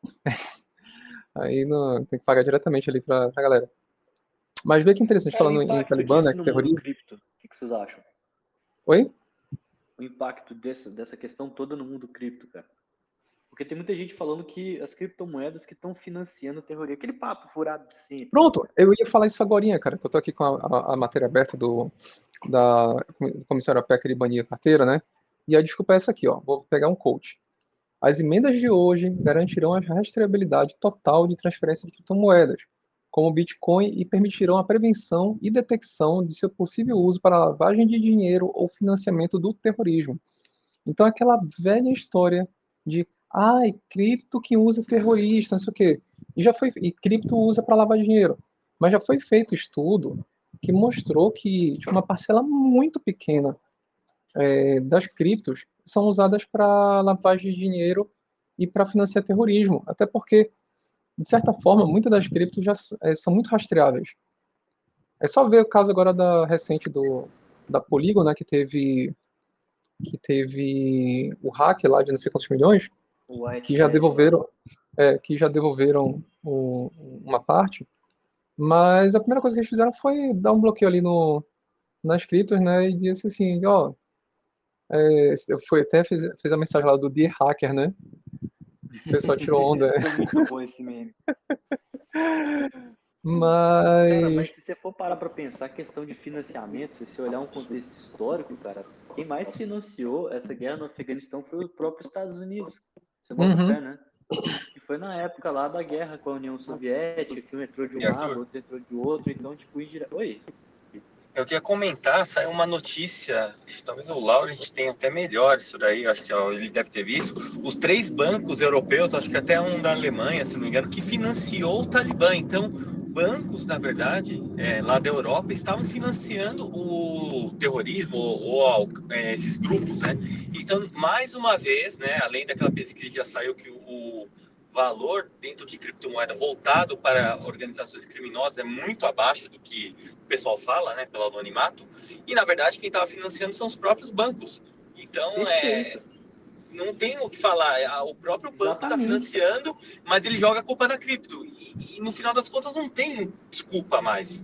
Aí tem que pagar diretamente ali pra galera. Mas vê que interessante, Cara, falando o em impacto Talibã, né, disso que no terrorismo... mundo cripto, o que vocês acham? Oi? O impacto dessa questão toda no mundo cripto, cara. Porque tem muita gente falando que as criptomoedas que estão financiando o terrorismo. Aquele papo furado de sempre. Pronto, eu ia falar isso agorinha, cara, que eu tô aqui com a matéria aberta da Comissão Europeia que ele bania a carteira, né? E a desculpa é essa aqui, ó. Vou pegar um coach. As emendas de hoje garantirão a rastreabilidade total de transferência de criptomoedas, como o Bitcoin, e permitirão a prevenção e detecção de seu possível uso para lavagem de dinheiro ou financiamento do terrorismo. Então, aquela velha história de cripto que usa terrorista, não sei o quê. E cripto usa para lavar dinheiro. Mas já foi feito estudo que mostrou que uma parcela muito pequena das criptos são usadas para lavagem de dinheiro e para financiar terrorismo. Até porque, de certa forma, muitas das criptos já são muito rastreáveis. É só ver o caso agora recente da Polygon, né, que teve o hack lá de não sei quantos milhões, que já devolveram uma parte, mas a primeira coisa que eles fizeram foi dar um bloqueio ali nas criptos, né, e disse assim, ó, fez a mensagem lá do Dear Hacker, né, o pessoal tirou onda. Foi muito bom esse meme. Cara, mas Mas se você for parar para pensar a questão de financiamento, se você olhar um contexto histórico, cara, quem mais financiou essa guerra no Afeganistão foi o próprio Estados Unidos. Você bota fé, né? E foi na época lá da guerra com a União Soviética, que um entrou de um lado, outro entrou de outro, então, tipo, Oi. Eu queria comentar, saiu uma notícia, talvez o Laurent tenha até melhor isso daí, acho que ele deve ter visto. Os 3 bancos europeus, acho que até um da Alemanha, se não me engano, que financiou o Talibã. Então, bancos, na verdade, lá da Europa, estavam financiando o terrorismo ou esses grupos, né? Então, mais uma vez, né, além daquela pesquisa que já saiu que o valor dentro de criptomoeda voltado para organizações criminosas é muito abaixo do que o pessoal fala, né, pelo anonimato, e na verdade quem estava financiando são os próprios bancos. Então, não tem o que falar, o próprio banco está financiando, mas ele joga a culpa na cripto, e no final das contas não tem desculpa mais.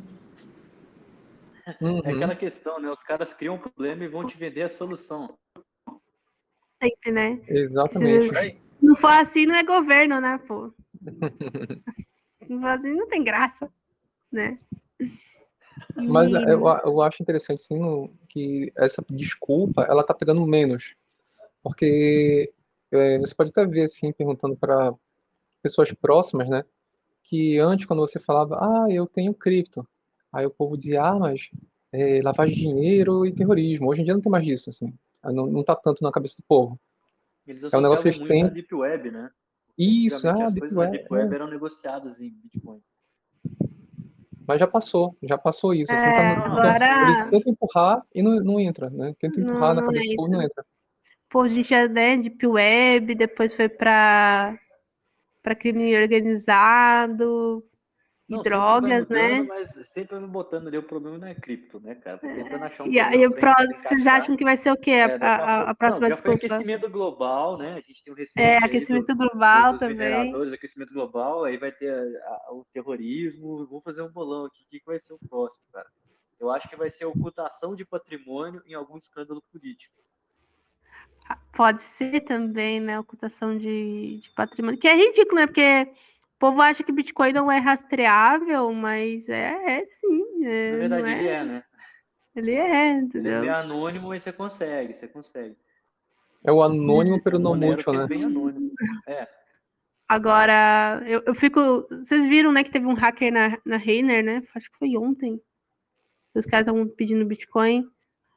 É aquela questão, né, os caras criam um problema e vão te vender a solução. Sempre, né? Exatamente. Se não for assim, não é governo, né, pô? Se não for assim, não tem graça, né? Mas eu acho interessante, sim, que essa desculpa, ela tá pegando menos. Porque você pode até ver, assim, perguntando para pessoas próximas, né? Que antes, quando você falava, eu tenho cripto. Aí o povo dizia, mas lavagem de dinheiro e terrorismo. Hoje em dia não tem mais disso, assim. Não tá tanto na cabeça do povo. Eles É um negócio que associavam muito à Deep Web, né? Isso, as Deep coisas Web, da Deep Web eram negociadas em Bitcoin. Mas já passou isso. Assim, agora... Eles tentam empurrar e não entra, né? Tentam empurrar na cabeça do povo e não entra. Pô, a gente já, né, Deep Web, depois foi para crime organizado e drogas, mudando, né? Mas sempre me botando ali, o problema não é cripto, né, cara? Tô tentando achar um E problema pra vocês acham que vai ser o quê? A próxima já foi desculpa? aquecimento global, né? A gente tem um recente aquecimento global dos também. mineradores, aquecimento global, aí vai ter o terrorismo. Vou fazer um bolão aqui. O que vai ser o próximo, cara? Eu acho que vai ser ocultação de patrimônio em algum escândalo político. Pode ser também, né? Ocultação de patrimônio. Que é ridículo, né? Porque o povo acha que Bitcoin não é rastreável, mas sim. Na verdade, ele é, né? Ele é, entendeu? Ele é meio anônimo, mas você consegue. É o anônimo pelo não mútil, né? Bem anônimo. Agora, eu fico... Vocês viram, né, que teve um hacker na Reiner, né? Acho que foi ontem. Os caras estavam pedindo Bitcoin.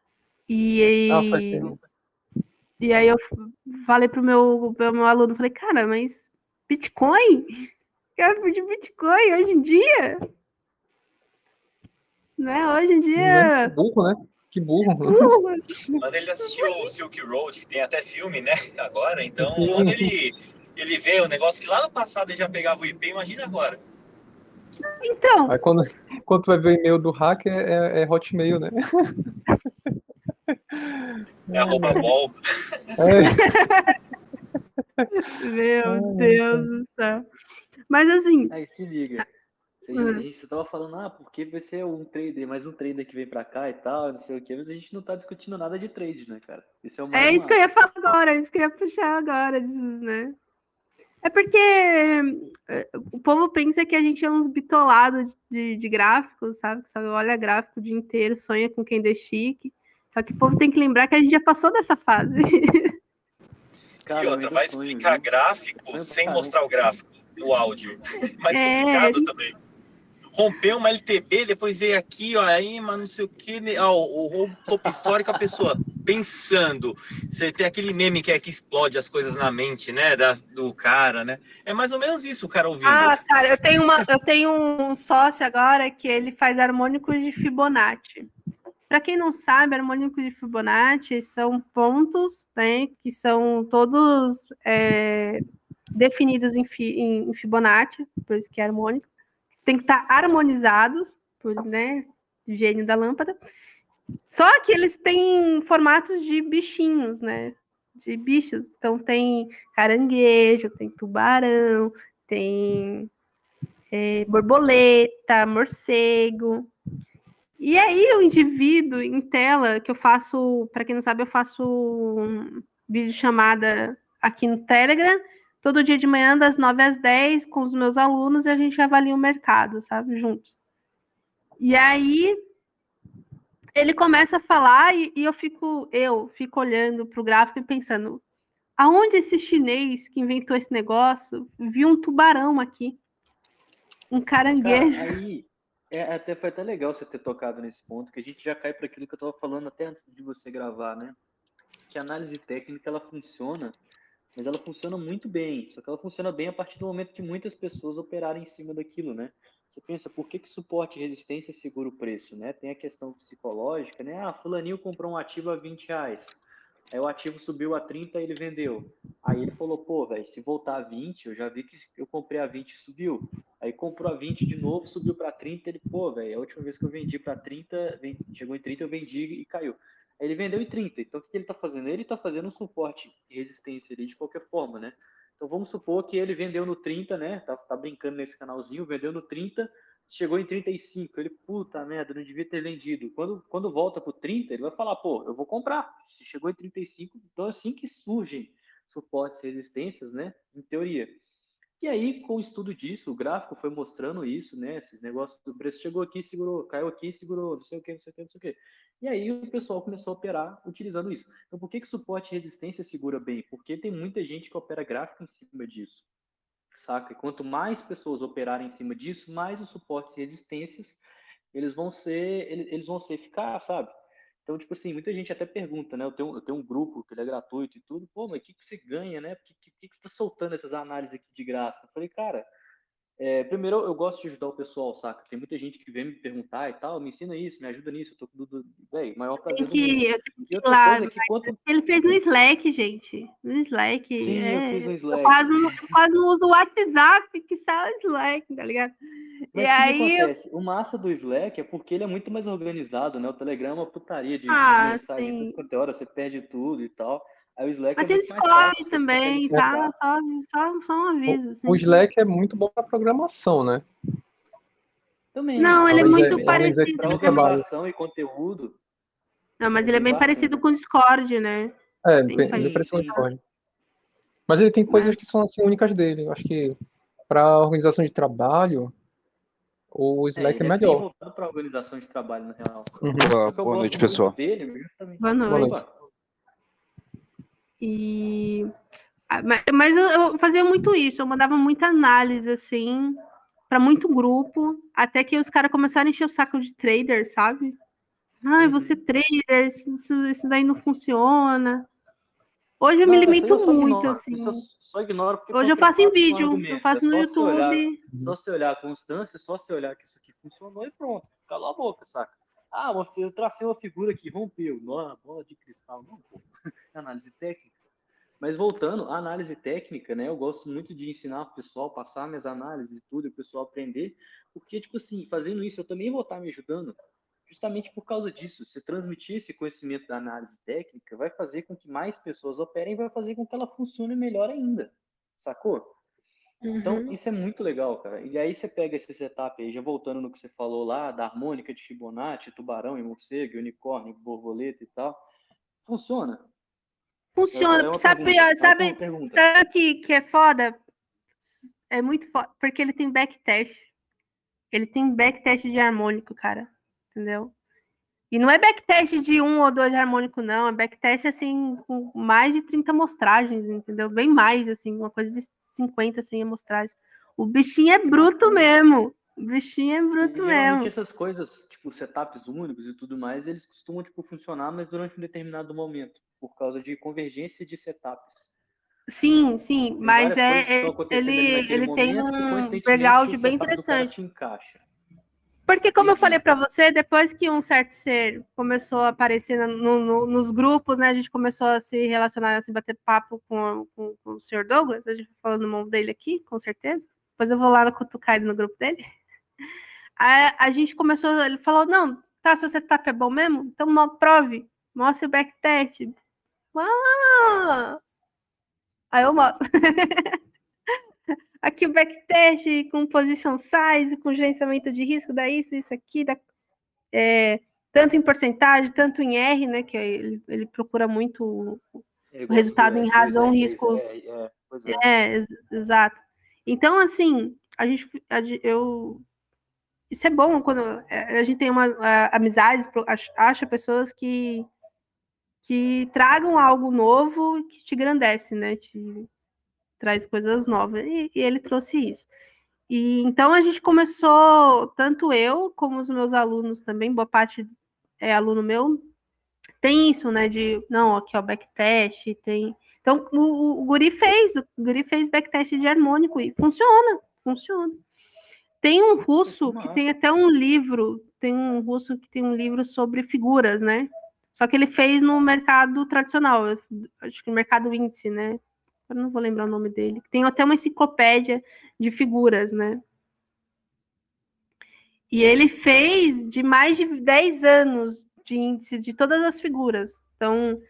E aí eu falei pro meu aluno, falei, cara, mas Bitcoin? Quero pedir Bitcoin hoje em dia? Né? Hoje em dia... Que burro, né? Que burro. Manda ele assistir o Silk Road, que tem até filme, né? Agora, então, Sim. manda ele vê o negócio que lá no passado ele já pegava o IP, imagina agora. Então, Aí quando tu vai ver o e-mail do hacker, é Hotmail, né? É @bol. meu Deus do céu. Mas assim, Aí se liga. Você tava falando, porque vai ser um trader, mais um trader que vem pra cá e tal, não sei o quê, mas a gente não tá discutindo nada de trade, né, cara? Esse é o mais é isso que eu massa. ia falar agora, é isso que eu ia puxar agora, né? É porque o povo pensa que a gente é uns bitolados de gráficos, sabe? Que só olha gráfico o dia inteiro, sonha com quem é chique. Só que o povo tem que lembrar que a gente já passou dessa fase. Cara, E eu outra, ainda vai sonho, explicar viu? gráfico Sonho pra sem caramba. mostrar o gráfico no áudio. Mais complicado também. Rompeu uma LTB, depois veio aqui, ó, aí, mas não sei o que, ó, o roubo topo histórico, a pessoa pensando. Você tem aquele meme que é que explode as coisas na mente, né, do cara, né? É mais ou menos isso o cara ouvindo. Cara, eu tenho um sócio agora que ele faz harmônicos de Fibonacci. Para quem não sabe, harmônicos de Fibonacci são pontos, né, que são todos definidos em Fibonacci, por isso que é harmônico. Tem que estar harmonizados, por, né, gênio da lâmpada. Só que eles têm formatos de bichinhos, né? De bichos. Então tem caranguejo, tem tubarão, tem borboleta, morcego. E aí o indivíduo em tela, que eu faço, para quem não sabe, eu faço um vídeo chamada aqui no Telegram, todo dia de manhã, das 9 às 10, com os meus alunos, e a gente avalia o mercado, sabe, juntos. E aí ele começa a falar e eu fico olhando para o gráfico e pensando, aonde esse chinês que inventou esse negócio viu um tubarão aqui? Um caranguejo. Cara, aí foi até legal você ter tocado nesse ponto, que a gente já cai para aquilo que eu estava falando até antes de você gravar, né? Que a análise técnica, ela funciona, mas ela funciona muito bem, só que ela funciona bem a partir do momento que muitas pessoas operarem em cima daquilo, né? Você pensa, por que suporte e resistência segura o preço, né? Tem a questão psicológica, né? Fulaninho comprou um ativo a R$20. Aí o ativo subiu a 30 e ele vendeu. Aí ele falou, pô, velho, se voltar a 20, eu já vi que eu comprei a 20 e subiu. Aí comprou a 20 de novo, subiu para 30, ele, pô, velho, a última vez que eu vendi para 30, chegou em 30, eu vendi e caiu. Aí ele vendeu em 30. Então o que ele está fazendo? Ele está fazendo um suporte e resistência ali de qualquer forma, né? Então vamos supor que ele vendeu no 30, né? Tá brincando nesse canalzinho, vendeu no 30, chegou em 35, ele, puta merda, não devia ter vendido. Quando volta pro 30, ele vai falar, pô, eu vou comprar. Se chegou em 35, então é assim que surgem suportes e resistências, né? Em teoria. E aí, com o estudo disso, o gráfico foi mostrando isso, né? Esses negócios do preço chegou aqui, segurou, caiu aqui, segurou, não sei o que, não sei o que, não sei o que. E aí o pessoal começou a operar utilizando isso. Então, por que suporte e resistência segura bem? Porque tem muita gente que opera gráfico em cima disso. Saca? E quanto mais pessoas operarem em cima disso, mais os suportes e resistências eles vão ser eficazes, sabe? Então, tipo assim, muita gente até pergunta, né? Eu tenho um grupo que ele é gratuito e tudo, pô, mas o que você ganha, né? Por que você está soltando essas análises aqui de graça? Eu falei, cara, primeiro eu gosto de ajudar o pessoal, saca? Tem muita gente que vem me perguntar e tal, me ensina isso, me ajuda nisso, eu tô com tudo, velho, maior prazer do mundo. Eu tenho que E ir outra lá, coisa é que quanto... ele fez no Slack, gente. No Slack. Sim, eu fiz no Slack. Eu quase não uso o WhatsApp, que sai o Slack, tá ligado? Mas o que acontece? O massa do Slack é porque ele é muito mais organizado, né? O Telegram é uma putaria de mensagem, sim. tudo quanto é hora, você perde tudo e tal. Aí o Slack Mas é tem muito mais fácil. Discord também, tá? Só um aviso. Assim. O Slack é muito bom para programação, né? Também. Não, ele é muito parecido. Para organização e conteúdo. Não, mas ele é bem parecido com o Discord, né? Bem parecido com o Discord. Mas ele tem coisas que são assim únicas dele. Eu acho que para organização de trabalho, o Slack é melhor. Ele voltado para organização de trabalho, na real. Boa noite, pessoal. Boa noite. E Mas eu fazia muito isso, eu mandava muita análise, assim, para muito grupo, até que os caras começaram a encher o saco de trader, sabe? Ai, você trader, isso daí não funciona. Hoje eu me Não, isso aí eu limito só muito, ignoro. assim. Isso eu só ignoro porque Hoje eu qualquer faço em fato são vídeo, eu argumentos. É faço no só se olhar, YouTube. só se olhar a constância, só se olhar que isso aqui funcionou e pronto. Calou a boca, saca? Ah, eu tracei uma figura que rompeu. Não, bola de cristal, não, pô. Análise técnica. Mas voltando à análise técnica, né? Eu gosto muito de ensinar o pessoal, passar minhas análises e tudo, e o pessoal aprender, porque, tipo assim, fazendo isso, eu também vou estar me ajudando, justamente por causa disso. Se transmitir esse conhecimento da análise técnica, vai fazer com que mais pessoas operem, vai fazer com que ela funcione melhor ainda, sacou? Então, isso é muito legal, cara. E aí você pega esse setup aí, já voltando no que você falou lá, da harmônica de Fibonacci, tubarão e morcego, unicórnio, borboleta e tal. Funciona? Funciona. É uma Sabe, pergunta. sabe, Pergunta. sabe que é foda? É muito foda, porque ele tem backtest. Ele tem backtest de harmônico, cara. Entendeu? E não é backtest de 1 ou 2 harmônico, não. É backtest, assim, com mais de 30 amostragens, entendeu? Bem mais, assim, uma coisa de 50, 100 amostragens. O bichinho é bruto mesmo. O bichinho é bruto E geralmente mesmo. essas coisas, tipo setups únicos e tudo mais, eles costumam tipo funcionar, mas durante um determinado momento, por causa de convergência de setups. Sim, sim, Tem mas várias coisas que estão acontecendo ali naquele ele tem momento que um coincidentemente background o bem setup do cara interessante. se encaixa. Porque, como eu falei Entendi. para você, depois que um certo ser começou a aparecer nos grupos, né, a gente começou a se relacionar, a se bater papo com o Sr. Douglas, a gente falando no nome dele aqui, com certeza. Depois eu vou lá no cutucar ele no grupo dele. A gente começou, ele falou, não, tá, seu setup é bom mesmo? Então prove, mostre o backtest. Ah! Aí eu mostro. Aqui o backtest com position size, com gerenciamento de risco, dá isso aqui, dá, tanto em porcentagem, tanto em R, né? Que ele procura muito o resultado em razão, risco. Pois é. Exato. Então, assim, isso é bom quando a gente tem amizades, acha pessoas que tragam algo novo que te engrandece, né? Te traz coisas novas. E ele trouxe isso. E então a gente começou, tanto eu como os meus alunos também, boa parte é aluno meu, tem isso, né? De não, aqui ó, backtest, tem. Então o Guri fez backtest de harmônico e funciona. Tem um russo que tem até um livro, sobre figuras, né? Só que ele fez no mercado tradicional, acho que no mercado índice, né? Eu não vou lembrar o nome dele. Tem até uma enciclopédia de figuras, né? E ele fez de mais de 10 anos de índice de todas as figuras. Então,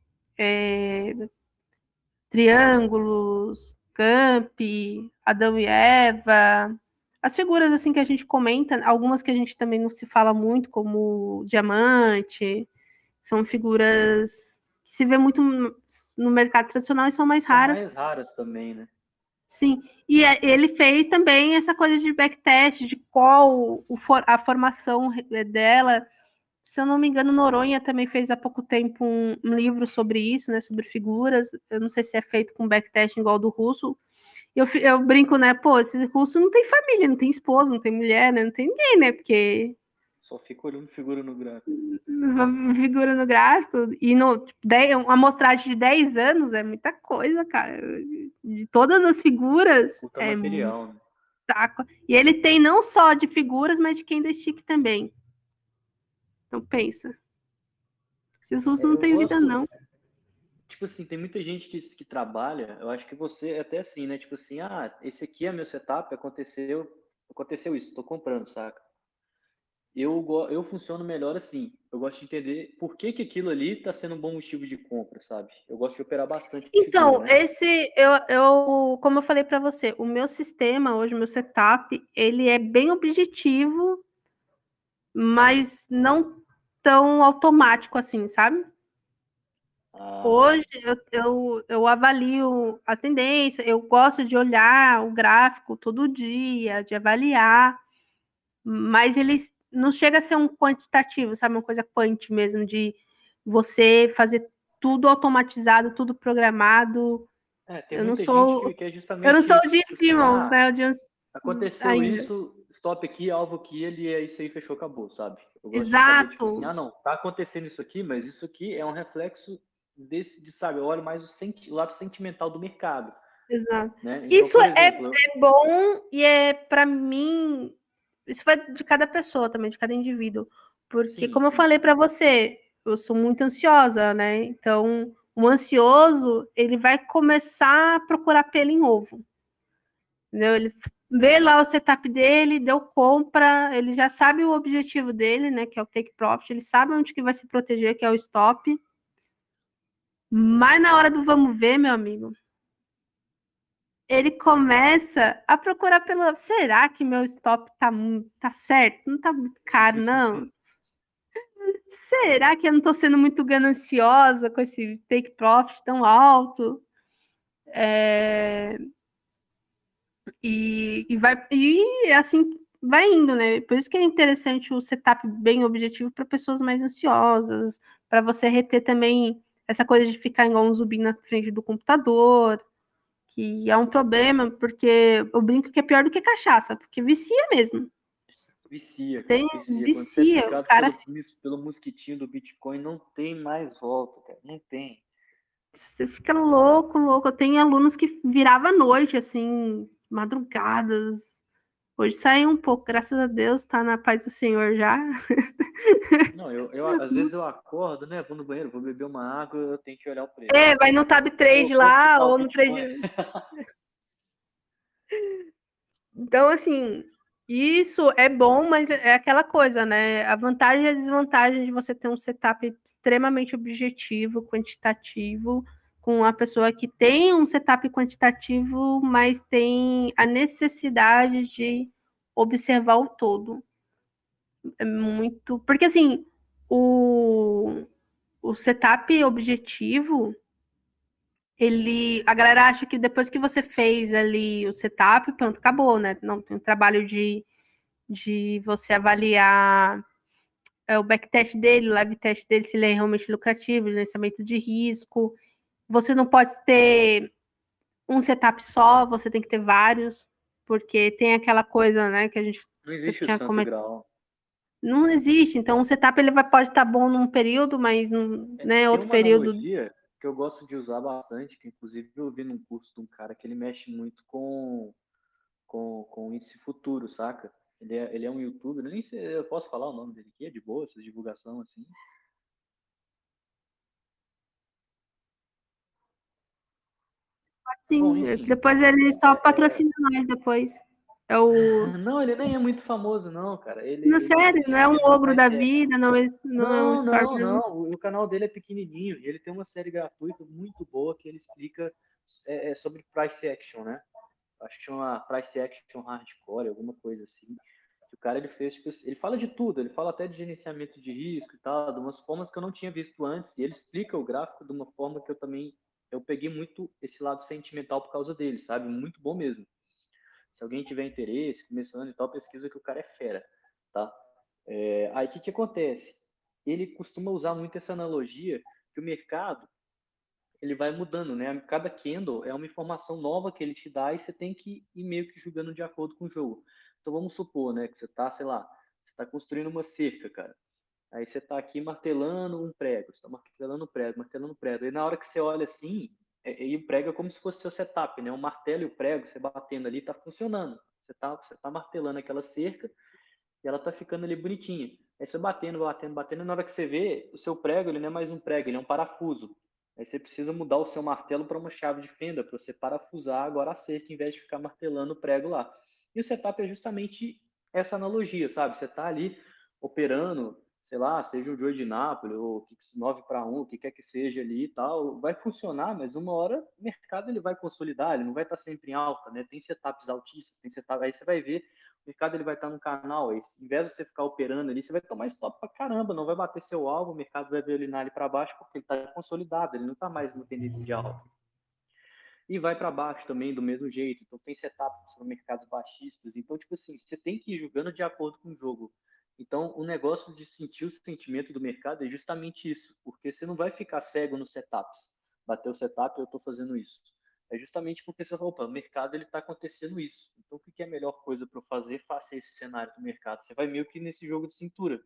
triângulos, campi, Adão e Eva, as figuras assim que a gente comenta, algumas que a gente também não se fala muito, como diamante, são figuras que se vê muito no mercado tradicional e são mais raras. São mais raras também, né? Sim, e ele fez também essa coisa de backtest, de qual a formação dela. Se eu não me engano, Noronha também fez há pouco tempo um livro sobre isso, né? Sobre figuras. Eu não sei se é feito com backtest igual do russo. Eu brinco, né? Pô, esse russo não tem família, não tem esposa, não tem mulher, né? Não tem ninguém, né? Porque Só fica olhando figura no gráfico. Figura no gráfico. E uma amostragem de 10 anos é muita coisa, cara. De todas as figuras. Puta material, né? E ele tem não só de figuras, mas de candlestick também. Então pensa. Esses russos não têm vida, não. Tipo assim, tem muita gente que trabalha, eu acho que você é até assim, né? Tipo assim, esse aqui é meu setup, aconteceu isso, tô comprando, saca? Eu funciono melhor assim. Eu gosto de entender por que aquilo ali tá sendo um bom motivo de compra, sabe? Eu gosto de operar bastante. Então, figura, né? como eu falei para você, o meu sistema hoje, o meu setup, ele é bem objetivo, mas não tão automático assim, sabe? Hoje eu avalio a tendência, eu gosto de olhar o gráfico todo dia, de avaliar, mas ele não chega a ser um quantitativo, sabe? Uma coisa quant mesmo, de você fazer tudo automatizado, tudo programado. Tem Eu não muita sou, gente que é eu justamente não sou o isso. Gene Tipo assim, Simmons, né? O Gene aconteceu ainda. isso, stop aqui, alvo aqui, ele é isso aí, fechou, acabou, sabe? Eu gosto de saber, tipo assim, Exato. não, tá acontecendo isso aqui, mas isso aqui é um reflexo sabe, eu olho mais o lado sentimental do mercado, Exato. né? Então, Isso por é exemplo, bom e para mim, isso vai de cada pessoa também, de cada indivíduo. Porque, sim, como eu sim, falei para você, eu sou muito ansiosa, né? Então, o ansioso, ele vai começar a procurar pelo em ovo. Entendeu? Ele vê lá o setup dele, deu compra, ele já sabe o objetivo dele, né? Que é o take profit, ele sabe onde que vai se proteger, que é o stop. Mas na hora do vamos ver, meu amigo, ele começa a procurar pelo. Será que meu stop tá certo? Não tá muito caro, não? Será que eu não tô sendo muito gananciosa com esse take profit tão alto? E assim vai indo, né? Por isso que é interessante o setup bem objetivo para pessoas mais ansiosas, para você reter também essa coisa de ficar igual um zumbi na frente do computador, que é um problema, porque eu brinco que é pior do que cachaça, porque vicia mesmo. vicia, cara, Tem, vicia. Quando você é vicia, o fisgado cara pelo mosquitinho do Bitcoin, não tem mais volta, cara, não tem. você fica louco, louco. Eu tenho alunos que virava à noite, assim, madrugadas. Hoje saiu um pouco, graças a Deus, tá na paz do Senhor já. Não, às vezes eu acordo, né, vou no banheiro, vou beber uma água, eu tenho que olhar o preço. Vai no Tab Pô, Trade quanto que lá, tá o ou no Bitcoin? Trade. Então, assim, isso é bom, mas é aquela coisa, né? A vantagem e a desvantagem de você ter um setup extremamente objetivo, quantitativo, com a pessoa que tem um setup quantitativo, mas tem a necessidade de observar o todo. É muito. Porque, assim, o setup objetivo. A galera acha que depois que você fez ali o setup, pronto, acabou, né? Não tem um trabalho de você avaliar o backtest dele, o live test dele, se ele é realmente lucrativo, gerenciamento de risco. Você não pode ter um setup só, você tem que ter vários, porque tem aquela coisa, né, que a gente Não existe o tinha santo comentado. grau. Não existe. Então, um setup ele pode estar bom num período, mas né, Tem outro uma período. analogia que eu gosto de usar bastante, que inclusive eu vi num curso de um cara que ele mexe muito com índice futuro, saca? Ele é um youtuber, nem sei, eu posso falar o nome dele aqui, é de boa, essa divulgação assim. Bom, Sim, enfim. depois ele só patrocina nós depois. É o. Não, ele nem é muito famoso, não, cara. Não, sério, Se não é um chama ogro da Price Action. vida, não é um Não, Storm. não, não. O canal dele é pequenininho e ele tem uma série gratuita muito boa que ele explica sobre Price Action, né? Acho que chama Price Action Hardcore, alguma coisa assim. O cara ele fez, tipo, ele fala de tudo, ele fala até de gerenciamento de risco e tal, de umas formas que eu não tinha visto antes, e ele explica o gráfico de uma forma que eu peguei muito esse lado sentimental por causa dele, sabe? Muito bom mesmo. Se alguém tiver interesse, começando e tal, pesquisa que o cara é fera, tá? Aí o que acontece? Ele costuma usar muito essa analogia que o mercado ele vai mudando, né? Cada candle é uma informação nova que ele te dá e você tem que ir meio que julgando de acordo com o jogo. Então vamos supor, né, que você tá, sei lá, você tá construindo uma cerca, cara. Aí você tá aqui martelando um prego, você tá martelando um prego, martelando um prego. E na hora que você olha assim, e o prego é como se fosse seu setup, né? O martelo e o prego, você batendo ali, tá funcionando. Você tá martelando aquela cerca e ela tá ficando ali bonitinha. Aí você batendo, batendo, batendo, e na hora que você vê, o seu prego, ele não é mais um prego, ele é um parafuso. Aí você precisa mudar o seu martelo para uma chave de fenda, para você parafusar agora a cerca, em vez de ficar martelando o prego lá. E o setup é justamente essa analogia, sabe? Você está ali operando, sei lá, seja um Joy de Nápoles, ou 9 para 1, o que quer que seja ali e tal, vai funcionar, mas uma hora o mercado ele vai consolidar, ele não vai estar sempre em alta, né? Tem setups altíssimos, aí você vai ver o mercado ele vai estar no canal, aí, em vez de você ficar operando ali, você vai tomar stop pra caramba, não vai bater seu alvo, o mercado vai violinar ali para baixo porque ele está consolidado, ele não está mais no tendência de alta. E vai para baixo também do mesmo jeito, então tem setups no mercados baixistas, então tipo assim, você tem que ir jogando de acordo com o jogo. Então o negócio de sentir o sentimento do mercado é justamente isso, porque você não vai ficar cego nos setups. Bateu o setup, eu estou fazendo isso. É justamente porque você fala, opa, o mercado ele está acontecendo isso. Então, o que é a melhor coisa para eu fazer face a esse cenário do mercado? Você vai meio que nesse jogo de cintura.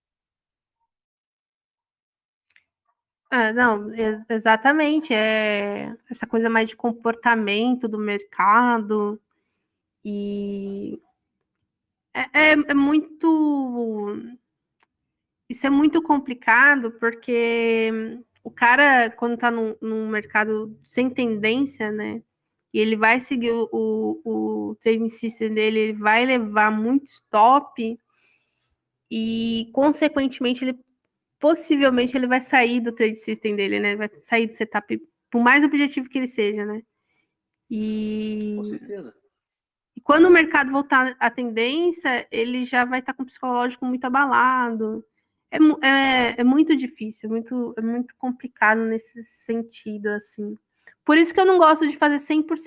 Não, exatamente. É essa coisa mais de comportamento do mercado e é muito. Isso é muito complicado porque o cara, quando está num mercado sem tendência, né? E ele vai seguir o trading system dele, ele vai levar muito stop e, consequentemente, possivelmente ele vai sair do trade system dele, né? Vai sair do setup, por mais objetivo que ele seja, né? Com E certeza. quando o mercado voltar à tendência, ele já vai estar com o psicológico muito abalado. É muito difícil, é muito complicado nesse sentido, assim. Por isso que eu não gosto de fazer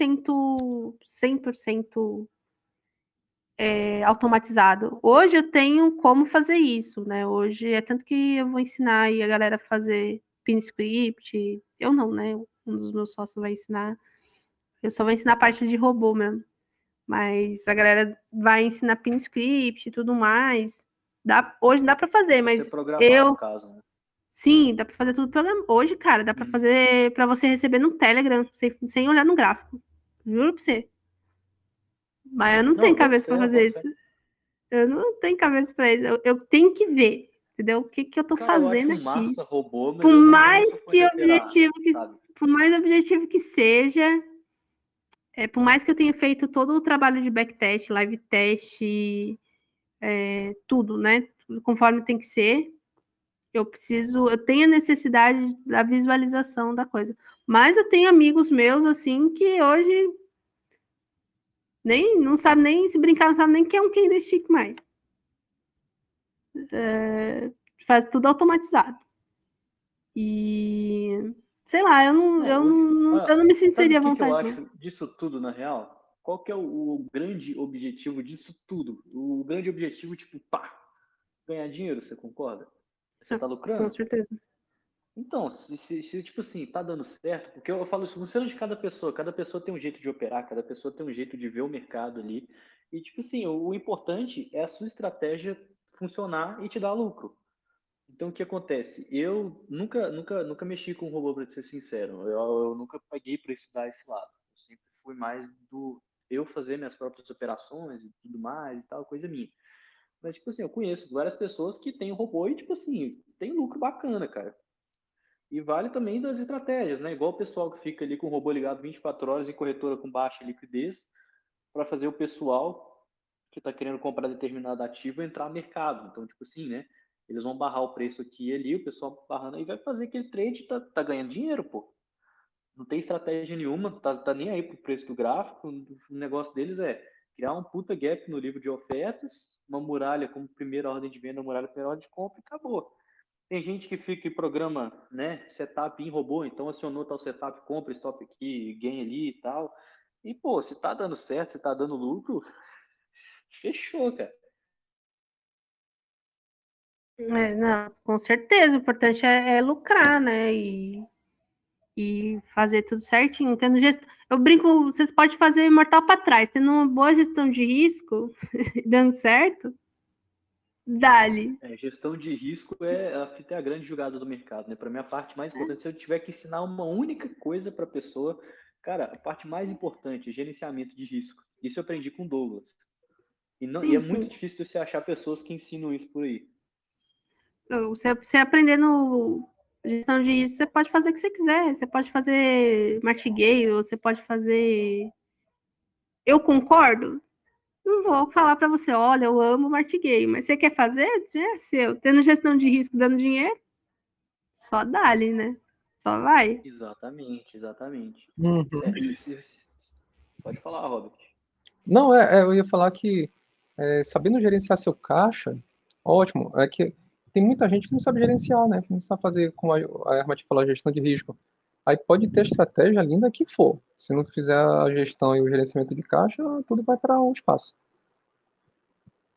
100% automatizado. Hoje eu tenho como fazer isso, né? Hoje é tanto que eu vou ensinar aí a galera a fazer pin script. Eu não, né? Um dos meus sócios vai ensinar. Eu só vou ensinar a parte de robô mesmo. Mas a galera vai ensinar pin script e tudo mais. Hoje dá para fazer, Você mas programar, no caso, né? sim, dá para fazer tudo hoje, cara, dá para fazer para você receber no Telegram, sem olhar no gráfico. Juro para você. Mas eu não Não, tenho eu boto cabeça fé, para eu fazer boto fé. isso. Eu não tenho cabeça para isso. Eu tenho que ver, entendeu? O que eu tô Cara, eu fazendo acho aqui. massa robô, mas Por eu não sou mais fã que de operar, objetivo que, sabe? por mais objetivo que seja, por mais que eu tenha feito todo o trabalho de backtest, live test, tudo, né? Tudo conforme tem que ser. Eu tenho a necessidade da visualização da coisa. Mas eu tenho amigos meus, assim, que hoje não sabe nem se brincar, não sabe nem que é um candlestick mais. Faz tudo automatizado. E sei lá, Não, hoje, eu não me sabe sentiria o à que eu vontade, não. acho disso tudo, na real? Qual que é o grande objetivo disso tudo? O grande objetivo, tipo, pá, ganhar dinheiro, você concorda? Você tá Com lucrando? certeza. Então, se, tipo assim, tá dando certo, porque eu falo isso funciona de cada pessoa tem um jeito de operar, cada pessoa tem um jeito de ver o mercado ali. E, tipo assim, o importante é a sua estratégia funcionar e te dar lucro. Então, o que acontece? Eu nunca mexi com robô, para ser sincero. Eu nunca paguei para estudar esse lado. Eu sempre fui mais do eu fazer minhas próprias operações e tudo mais e tal, coisa minha. Mas, tipo assim, eu conheço várias pessoas que têm robô e, tipo assim, tem lucro bacana, cara. E vale também das estratégias, né? Igual o pessoal que fica ali com o robô ligado 24 horas em corretora com baixa liquidez, para fazer o pessoal que está querendo comprar determinado ativo entrar no mercado. Então, tipo assim, né? Eles vão barrar o preço aqui e ali, o pessoal barrando aí vai fazer aquele trade, tá ganhando dinheiro, pô. Não tem estratégia nenhuma, tá nem aí pro preço do gráfico. O negócio deles é criar um puta gap no livro de ofertas, uma muralha como primeira ordem de venda, uma muralha primeira ordem de compra e acabou. Tem gente que fica em programa, né, setup em robô, então acionou tal setup, compra, stop aqui, ganha ali e tal. E, pô, se tá dando certo, se tá dando lucro, fechou, cara. Não, com certeza. O importante é lucrar, né? E fazer tudo certinho. Eu brinco, vocês podem fazer mortal para trás, tendo uma boa gestão de risco, dando certo, dali. Gestão de risco é a grande jogada do mercado, né? Para mim, a parte mais importante, se eu tiver que ensinar uma única coisa para a pessoa, cara, a parte mais importante é gerenciamento de risco. Isso eu aprendi com o Douglas. E Sim, é muito sim. difícil você achar pessoas que ensinam isso por aí. Você aprendendo gestão de risco, você pode fazer o que você quiser. Você pode fazer martingale, você pode fazer. Eu concordo? Não vou falar para você, olha, eu amo martingale, mas você quer fazer? Já é seu. Tendo gestão de risco dando dinheiro, só dá-lhe, né? Só vai. Exatamente, exatamente. Uhum. Pode falar, Robert. Não, eu ia falar que sabendo gerenciar seu caixa, ótimo. É que tem muita gente que não sabe gerenciar, né? Que não sabe fazer, como a Hermat falou, a gestão de risco. Aí pode ter estratégia linda que for. Se não fizer a gestão e o gerenciamento de caixa, tudo vai para um espaço.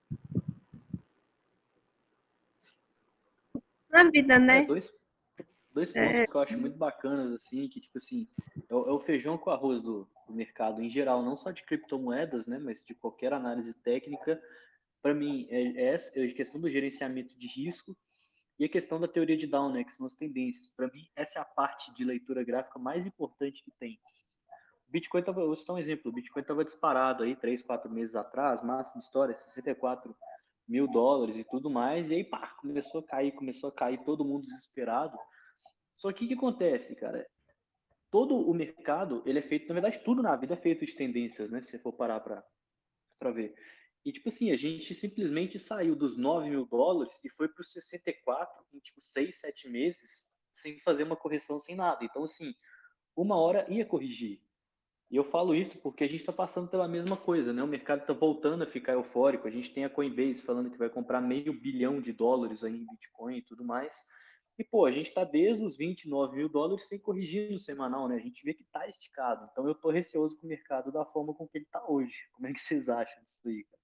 Na vida, É, né? dois, Dois pontos que eu acho muito bacanas, assim, que, tipo assim, é o feijão com arroz do mercado em geral, não só de criptomoedas, né, mas de qualquer análise técnica. Para mim, é a questão do gerenciamento de risco e a questão da teoria de Down, né, que são as tendências. Para mim, essa é a parte de leitura gráfica mais importante que tem. O Bitcoin vou citar um exemplo, o Bitcoin estava disparado aí 3, 4 meses atrás, máximo de história, 64 mil dólares e tudo mais, e aí, pá, começou a cair, todo mundo desesperado. Só que o que acontece, cara? Todo o mercado, ele é feito, na verdade, tudo na vida é feito de tendências, né? Se você for parar para ver. E, tipo assim, a gente simplesmente saiu dos 9 mil dólares e foi para os 64 em, tipo, 6, 7 meses, sem fazer uma correção, sem nada. Então, assim, uma hora ia corrigir. E eu falo isso porque a gente está passando pela mesma coisa, né? O mercado está voltando a ficar eufórico. A gente tem a Coinbase falando que vai comprar $500 bilhão aí em Bitcoin e tudo mais. E, pô, a gente está desde os 29 mil dólares sem corrigir no semanal, né? A gente vê que está esticado. Então, eu estou receoso com o mercado da forma com que ele está hoje. Como é que vocês acham disso aí, cara?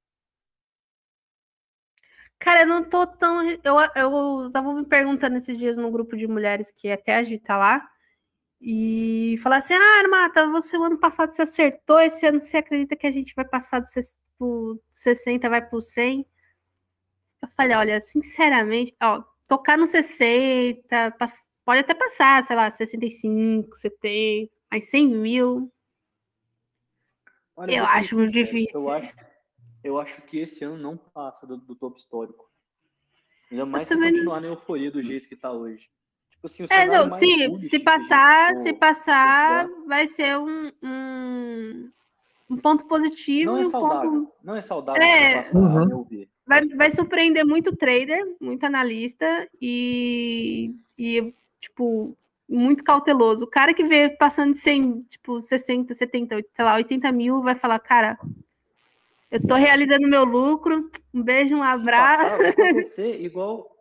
Cara, eu não tô tão. Eu tava me perguntando esses dias no grupo de mulheres que até a Gi tá lá. E falar assim: ah, Armata, você o ano passado você acertou, esse ano você acredita que a gente vai passar do 60, vai pro 100? Eu falei: olha, sinceramente, ó, tocar no 60, pode até passar, sei lá, 65, 70, mas 100 mil, Olha, eu eu vou ser acho muito sincero. difícil. Eu acho que esse ano não passa do topo histórico. Ainda Eu mais se também não. continuar na euforia do jeito que está hoje. Tipo assim, o cenário Não, mais se bullish que a gente se for passar, considerar vai ser um ponto positivo não e é um saudável. ponto. Não é saudável você É, passar, a meu ver. vai surpreender muito trader, muito analista e, tipo, muito cauteloso. O cara que vê passando de 100, tipo, 60, 70, sei lá, 80 mil, vai falar: cara, eu tô realizando meu lucro, um beijo, um Se abraço. passar, vai acontecer igual.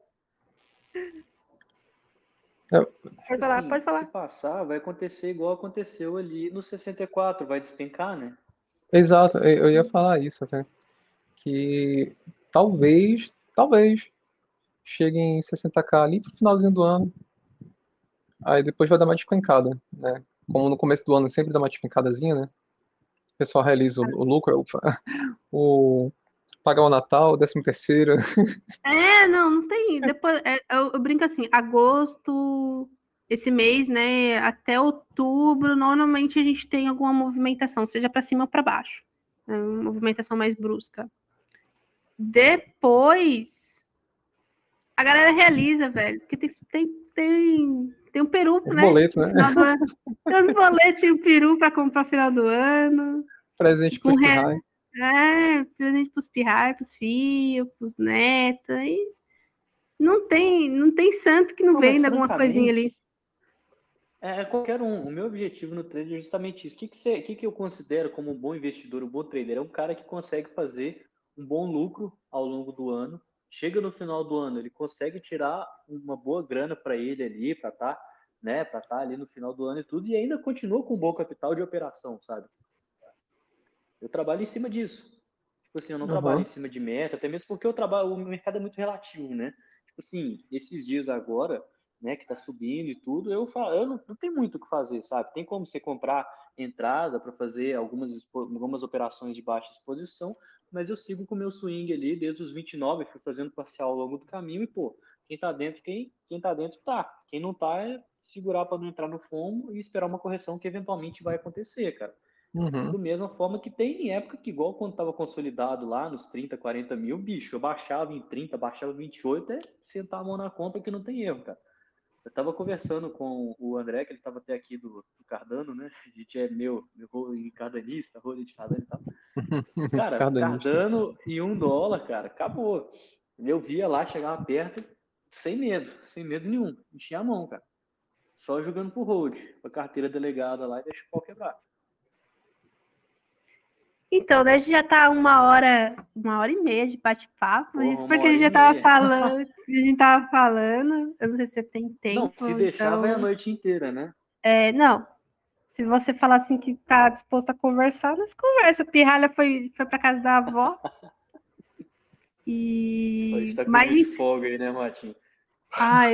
Tipo assim, Pode se falar. passar, vai acontecer igual aconteceu ali no 64, vai despencar, né? Exato, eu ia falar isso até. Que talvez chegue em 60k ali pro finalzinho do ano. Aí depois vai dar uma despencada, né? Como no começo do ano sempre dá uma despencadazinha, né? O pessoal realiza o lucro, o pagar o Natal, o 13º. Não tem. Depois, eu brinco assim: agosto, esse mês, né? Até outubro, normalmente a gente tem alguma movimentação, seja para cima ou para baixo. Né, uma movimentação mais brusca. Depois, a galera realiza, velho, porque tem um peru, Os né? boletos, No né? final do ano. Tem os boletos, tem o peru para comprar no final do ano. Presente Com pros pirrai. presente pros pirrai, pros filhos, pros netos. E não tem santo que não Não, mas venda alguma coisinha ali. francamente, é qualquer um. O meu objetivo no trader é justamente isso. O que eu considero como um bom investidor, um bom trader? É um cara que consegue fazer um bom lucro ao longo do ano. Chega no final do ano, ele consegue tirar uma boa grana para ele ali, para estar, né, para estar ali no final do ano e tudo, e ainda continua com um bom capital de operação, sabe? Eu trabalho em cima disso. Tipo assim, eu não trabalho em Uhum. cima de meta, até mesmo porque o mercado é muito relativo, né? Tipo assim, esses dias agora, né, que tá subindo e tudo, eu não tem muito o que fazer, sabe? Tem como você comprar entrada para fazer algumas operações de baixa exposição, mas eu sigo com o meu swing ali desde os 29, fui fazendo parcial ao longo do caminho e, pô, quem tá dentro, quem tá dentro tá. Quem não tá é segurar para não entrar no fumo e esperar uma correção que eventualmente vai acontecer, cara. Uhum. Da mesma forma que tem em época que, igual quando estava consolidado lá nos 30, 40 mil, bicho, eu baixava em 30, baixava em 28, é sentar a mão na conta que não tem erro, cara. Eu estava conversando com o André, que ele estava até aqui do Cardano, né? A gente é meu cardanista, rolê de Cardano e tal. Cara, Cardanista. Cardano e $1, cara, acabou. Eu via lá, chegava perto, sem medo nenhum. Enchia a mão, cara. Só jogando pro hold, com a carteira delegada lá e deixa o pau quebrar. Então, né, a gente já tá 1 hora e meia de bate-papo, Porra, isso uma porque a hora gente e já tava meia. falando, eu não sei se você tem Não, tempo, se deixar, vai a então, noite inteira, né? não, se você falar assim que tá disposto a conversar, nós conversa. Pirralha foi pra casa da avó, Hoje tá com mas dia de enfim, folga aí, né, Martim? ai,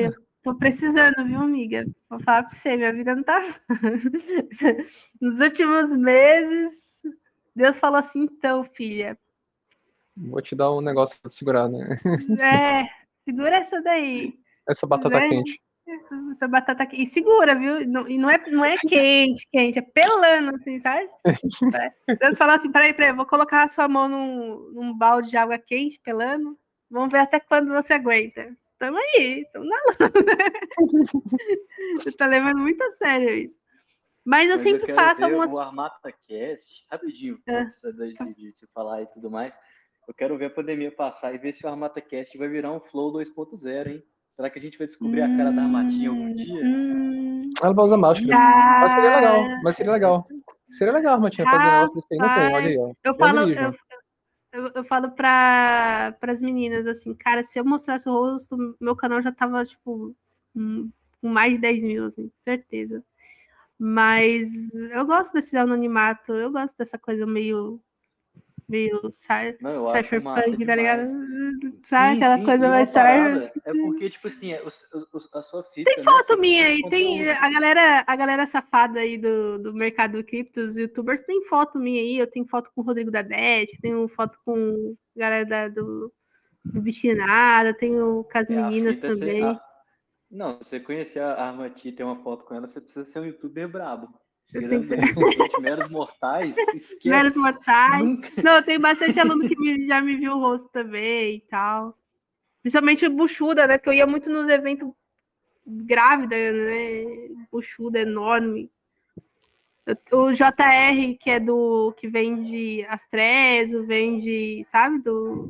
tô precisando, viu, amiga? Vou falar pra você, minha vida não tá. Nos últimos meses, Deus falou assim, então, filha. Vou te dar um negócio pra segurar, né? Segura essa daí. Essa batata Né? quente. Essa batata aqui. E segura, viu? E não é quente, é pelando, assim, sabe? Deus falou assim, peraí, vou colocar a sua mão num balde de água quente, pelando. Vamos ver até quando você aguenta. Tamo aí, tamo na lona. Você tá levando muito a sério isso. Mas eu sempre faço algumas... o ArmataCast, rapidinho, antes de se falar e tudo mais, eu quero ver a pandemia passar e ver se o ArmataCast vai virar um Flow 2.0, hein? Será que a gente vai descobrir a cara da Armatinha algum dia? Ela vai usar máscara. Mas seria legal. Seria legal a Armatinha fazer um negócio desse aí. Não tem, olha aí, ó. Eu falo para as meninas assim, cara, se eu mostrasse o rosto, meu canal já tava, tipo, com mais de 10 mil, assim, certeza. Mas eu gosto desse anonimato, eu gosto dessa coisa meio cyberpunk, tá ligado? Sabe, sim, aquela coisa mais cyber. É porque, tipo assim, a sua fita... Tem foto minha aí, tem a galera safada aí do mercado cripto, os youtubers, tem foto minha aí, eu tenho foto com o Rodrigo da Det, tenho foto com a galera do Bichinada, tenho com as meninas também. Não, se você conhecer a Armati e ter uma foto com ela, você precisa ser um youtuber brabo. Eu tenho que ser... Meros mortais, esquece. Meros mortais. Nunca. Não, tem bastante aluno que já me viu o rosto também e tal. Principalmente buchuda, né? Porque eu ia muito nos eventos grávida, né? Buchuda, enorme. O JR, que é que vende Astrezo, vende, sabe? Do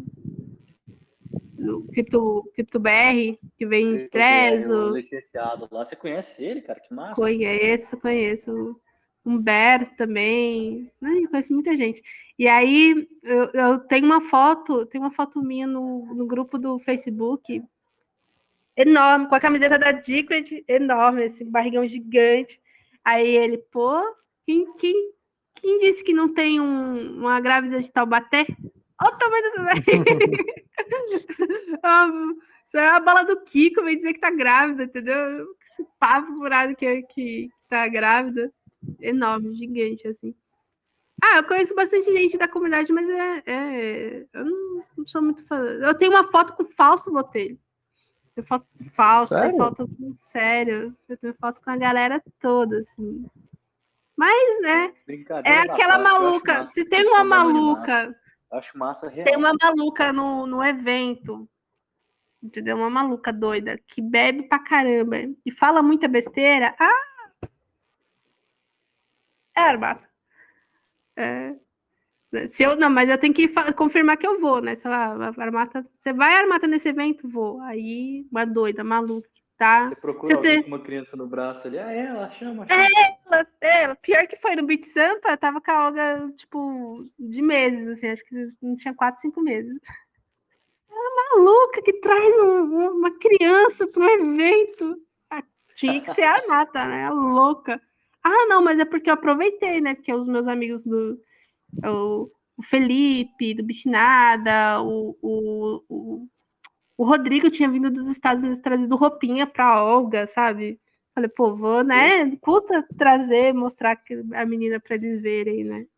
Cripto BR, que vende Trezo. Licenciado lá. Você conhece ele, cara? Que massa. Conheço. Humberto também. Eu conheço muita gente. E aí eu tenho uma foto minha no grupo do Facebook, enorme, com a camiseta da Dicred, enorme, esse barrigão gigante. Aí ele, pô, quem disse que não tem uma grávida de Taubaté? Olha o tamanho dessa daí. Isso é a bala do Kiko, vem dizer que tá grávida, entendeu? Esse papo furado que tá grávida. Enorme, gigante, assim. Eu conheço bastante gente da comunidade, mas eu não sou muito fã. Eu tenho uma foto com o falso Botelho. Eu tenho foto com falso, tenho foto com sério. Eu tenho foto com a galera toda, assim. Mas, né? É aquela maluca. Se tem uma maluca. Acho massa real. Tem uma maluca no evento. Entendeu? Uma maluca doida que bebe pra caramba e fala muita besteira. Armata. Mas eu tenho que confirmar que eu vou, né? Sei lá, Armata, você vai, Armata, nesse evento? Vou. Aí, uma doida, maluca, que tá... Você procura alguém com uma criança no braço ali? Ela chama. Ela. Pior que foi no Beat Sampa, tava com a Olga, tipo, de meses, assim, acho que não tinha 4, 5 meses. Ela maluca que traz uma criança para um evento. Tinha que ser a Armata, né? Louca. Não, mas é porque eu aproveitei, né? Porque os meus amigos o Felipe, do Bichinada, o Rodrigo tinha vindo dos Estados Unidos trazido roupinha pra Olga, sabe? Falei, pô, vou, né? Custa trazer, mostrar a menina pra eles verem, né?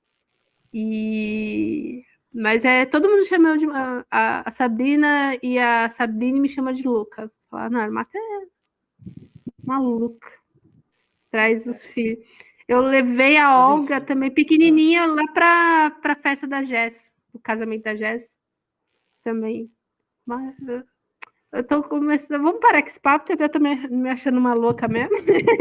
Mas todo mundo chama de a Sabrina, e a Sabrina me chama de louca. Falar, não, a Armata é maluca. Traz os filhos. Eu levei a Olga também, pequenininha, lá para a festa da Jess, o casamento da Jess também. Mas eu tô começando. Vamos parar com esse papo, porque eu já tô me achando uma louca mesmo.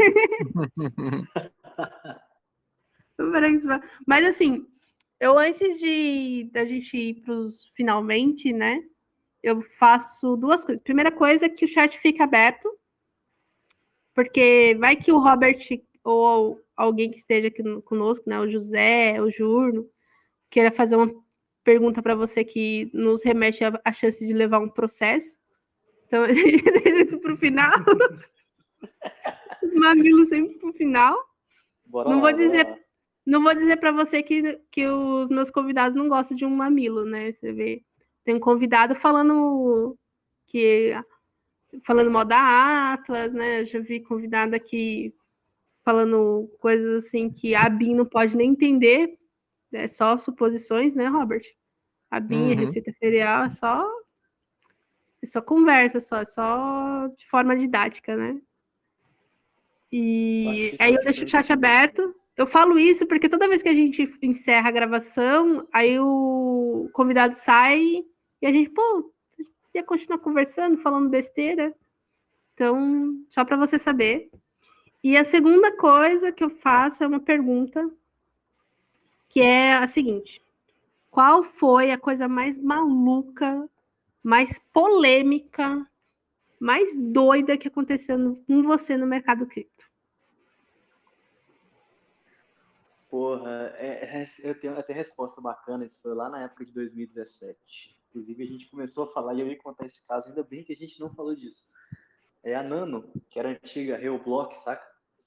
Mas assim, antes da gente ir para os finalmente, né? Eu faço 2 coisas. Primeira coisa é que o chat fica aberto, porque vai que o Robert ou alguém que esteja aqui conosco, né, o José, o Jurno, queira fazer uma pergunta para você que nos remete à chance de levar um processo. Então, deixa isso para o final. Os mamilos sempre para o final. Não vou dizer para você que os meus convidados não gostam de um mamilo, né? Você vê, tem um convidado falando que falando mal da Atlas, né? Eu já vi convidada aqui falando coisas assim que a BIM não pode nem entender, é só suposições, né, Robert? A BIM, a Receita Federal, é só conversa, é só de forma didática, né? E aí eu deixo o chat aberto. Eu falo isso porque toda vez que a gente encerra a gravação, aí o convidado sai e a gente, pô, ia continuar conversando, falando besteira. Então, só para você saber. E a segunda coisa que eu faço é uma pergunta, que é a seguinte: qual foi a coisa mais maluca, mais polêmica, mais doida que aconteceu com você no mercado cripto? Porra, eu tenho até resposta bacana, isso foi lá na época de 2017. Inclusive, a gente começou a falar, e eu ia contar esse caso, ainda bem que a gente não falou disso. É a Nano, que era a antiga Reoblock, saca?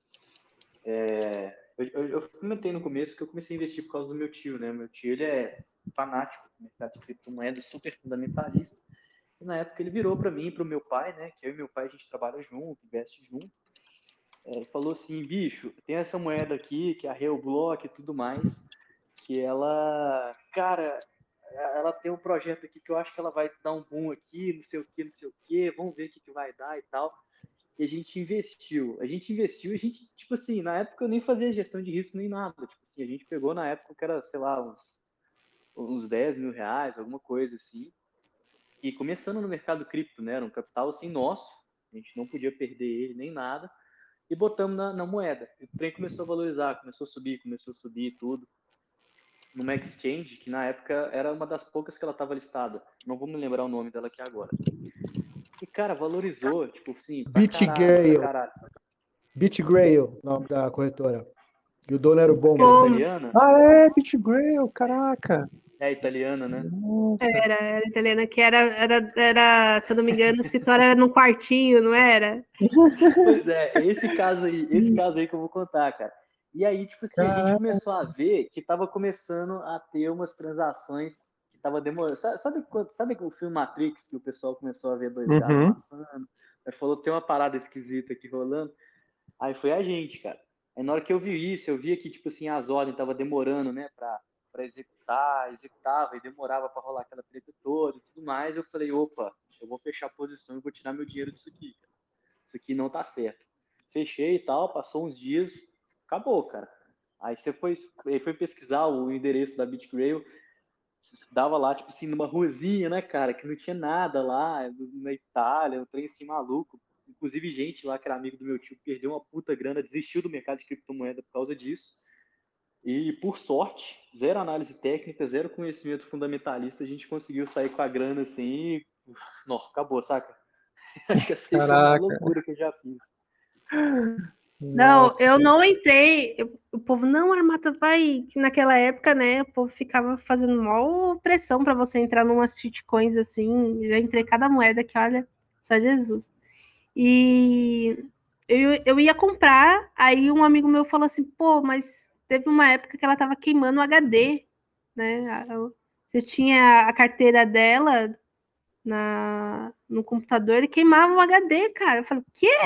Eu comentei no começo que eu comecei a investir por causa do meu tio, né? Meu tio, ele é fanático do mercado de criptomoeda, super fundamentalista. E na época ele virou para mim e para o meu pai, né? Que eu e meu pai a gente trabalha junto, investe junto. Ele falou assim, bicho, tem essa moeda aqui, que é a Reoblock e tudo mais, que ela, cara, ela tem um projeto aqui que eu acho que ela vai dar um boom aqui, não sei o que, vamos ver o que vai dar e tal. E a gente investiu, a gente, tipo assim, na época eu nem fazia gestão de risco nem nada, tipo assim, a gente pegou na época que era, sei lá, uns 10 mil reais, alguma coisa assim, e começando no mercado cripto, né, era um capital assim nosso, a gente não podia perder ele nem nada, e botamos na moeda. O trem começou a valorizar, começou a subir tudo. Numa exchange, que na época era uma das poucas que ela estava listada. Não vou me lembrar o nome dela aqui agora. E, cara, valorizou, tipo assim, pra caralho. BitGrail, nome da corretora. E o dono era o bom. Aquela italiana? Ah, é, BitGrail, caraca. É italiana, né? Nossa. Era italiana, que era, se eu não me engano, o escritório era num quartinho, não era? Pois é, esse caso aí que eu vou contar, cara. E aí, tipo assim, a gente começou a ver que tava começando a ter umas transações que tava demorando. Sabe o filme Matrix, que o pessoal começou a ver dois gatos passando? Aí falou, tem uma parada esquisita aqui rolando. Aí foi a gente, cara. Aí na hora que eu vi isso, eu via que, tipo assim, as ordens tava demorando, né, pra executava e demorava pra rolar aquela treta toda e tudo mais. Eu falei, opa, eu vou fechar a posição e vou tirar meu dinheiro disso aqui, cara. Isso aqui não tá certo. Fechei e tal, passou uns dias, acabou, cara. Aí você foi pesquisar o endereço da BitGrail, dava lá, tipo assim, numa ruazinha, né, cara, que não tinha nada lá, na Itália, um trem assim maluco. Inclusive, gente lá que era amigo do meu tio perdeu uma puta grana, desistiu do mercado de criptomoeda por causa disso. E, por sorte, zero análise técnica, zero conhecimento fundamentalista, a gente conseguiu sair com a grana assim e... Não, acabou, saca? Acho que essa foi a maior loucura que eu já fiz. Não, Nossa, eu não entrei. O povo, não, Armata, vai. Que naquela época, né, o povo ficava fazendo maior pressão para você entrar numas shitcoins assim. Já entrei cada moeda que, olha, só Jesus. E eu ia comprar, aí um amigo meu falou assim, pô, mas teve uma época que ela tava queimando o HD, né? Eu tinha a carteira dela no computador e queimava o HD, cara. Eu falei, o quê?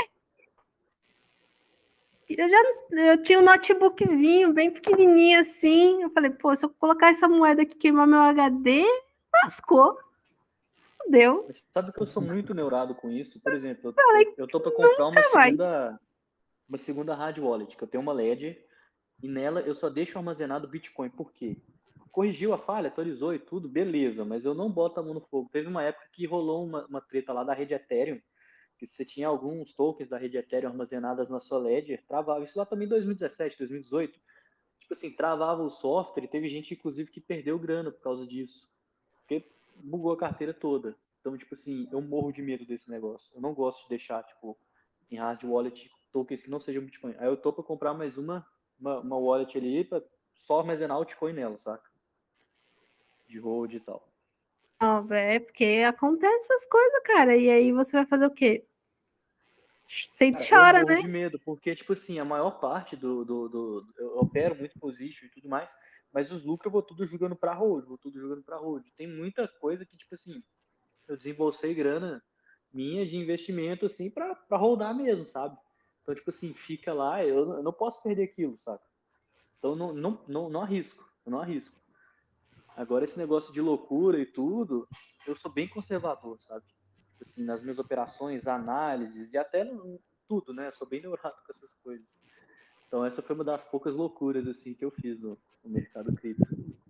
Eu tinha um notebookzinho bem pequenininho assim. Eu falei, pô, se eu colocar essa moeda aqui e queimar meu HD, lascou. Deu. Mas sabe que eu sou muito neurado com isso? Por exemplo, eu tô para comprar uma segunda hard wallet, que eu tenho uma Ledger, e nela eu só deixo armazenado Bitcoin. Por quê? Corrigiu a falha, atualizou e tudo, beleza, mas eu não boto a mão no fogo. Teve uma época que rolou uma treta lá da rede Ethereum, que você tinha alguns tokens da rede Ethereum armazenadas na sua Ledger, travava. Isso lá também em 2017, 2018. Tipo assim, travava o software e teve gente, inclusive, que perdeu grana por causa disso. Porque bugou a carteira toda. Então, tipo assim, eu morro de medo desse negócio. Eu não gosto de deixar, tipo, em hard wallet tokens que não sejam Bitcoin. Aí eu tô pra comprar mais uma wallet ali pra só armazenar o Bitcoin nela, saca? De hold e tal. Não, é porque acontece essas coisas, cara. E aí você vai fazer o quê? Sente e chora, eu morro né? de medo, porque, tipo assim, a maior parte eu opero muito position e tudo mais, mas os lucros eu vou tudo jogando pra hold, Tem muita coisa que, tipo assim, eu desembolsei grana minha de investimento, assim, para rodar mesmo, sabe? Então, tipo assim, fica lá, eu não posso perder aquilo, sabe? Então, não arrisco, eu não arrisco. Agora, esse negócio de loucura e tudo, eu sou bem conservador, sabe? Assim, nas minhas operações, análises e até tudo, né? Eu sou bem neurado com essas coisas. Então, essa foi uma das poucas loucuras, assim, que eu fiz no mercado cripto.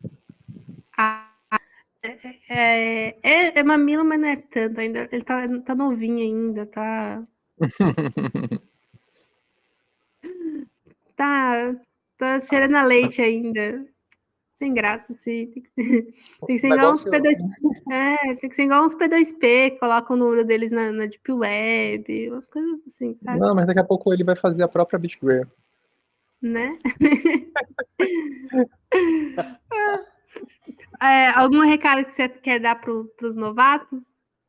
É mamilo, mas não é tanto ainda. Ele tá novinho ainda, tá cheirando a leite ainda. Tem graça, sim. Tem que ser igual uns P2P. Tem que ser igual uns P2P, coloca o número deles na Deep Web, umas coisas assim, sabe? Não, mas daqui a pouco ele vai fazer a própria BitGraph. Né? Algum recado que você quer dar para os novatos?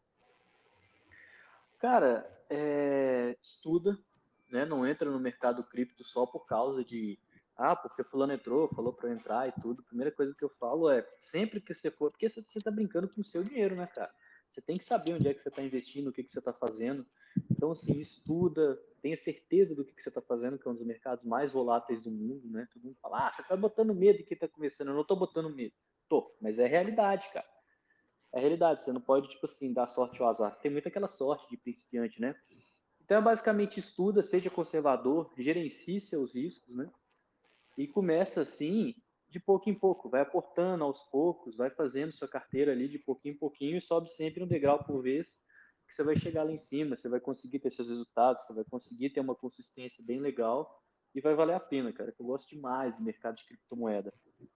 Cara, estuda, né? Não entra no mercado cripto só por causa de porque fulano entrou, falou para eu entrar e tudo. A primeira coisa que eu falo é, sempre que você for, porque você tá brincando com o seu dinheiro, né, cara? Você tem que saber onde é que você está investindo, o que você está fazendo. Então, assim, estuda, tenha certeza do que você está fazendo, que é um dos mercados mais voláteis do mundo, né? Todo mundo fala, você está botando medo em quem está começando. Eu não estou botando medo. Tô, mas é realidade, cara. É realidade, você não pode, tipo assim, dar sorte ao azar. Tem muita aquela sorte de principiante, né? Então, basicamente, estuda, seja conservador, gerencie seus riscos, né? E começa assim, de pouco em pouco, vai aportando aos poucos, vai fazendo sua carteira ali de pouquinho em pouquinho e sobe sempre um degrau por vez, que você vai chegar lá em cima, você vai conseguir ter seus resultados, você vai conseguir ter uma consistência bem legal e vai valer a pena, cara. Eu gosto demais do mercado de criptomoeda.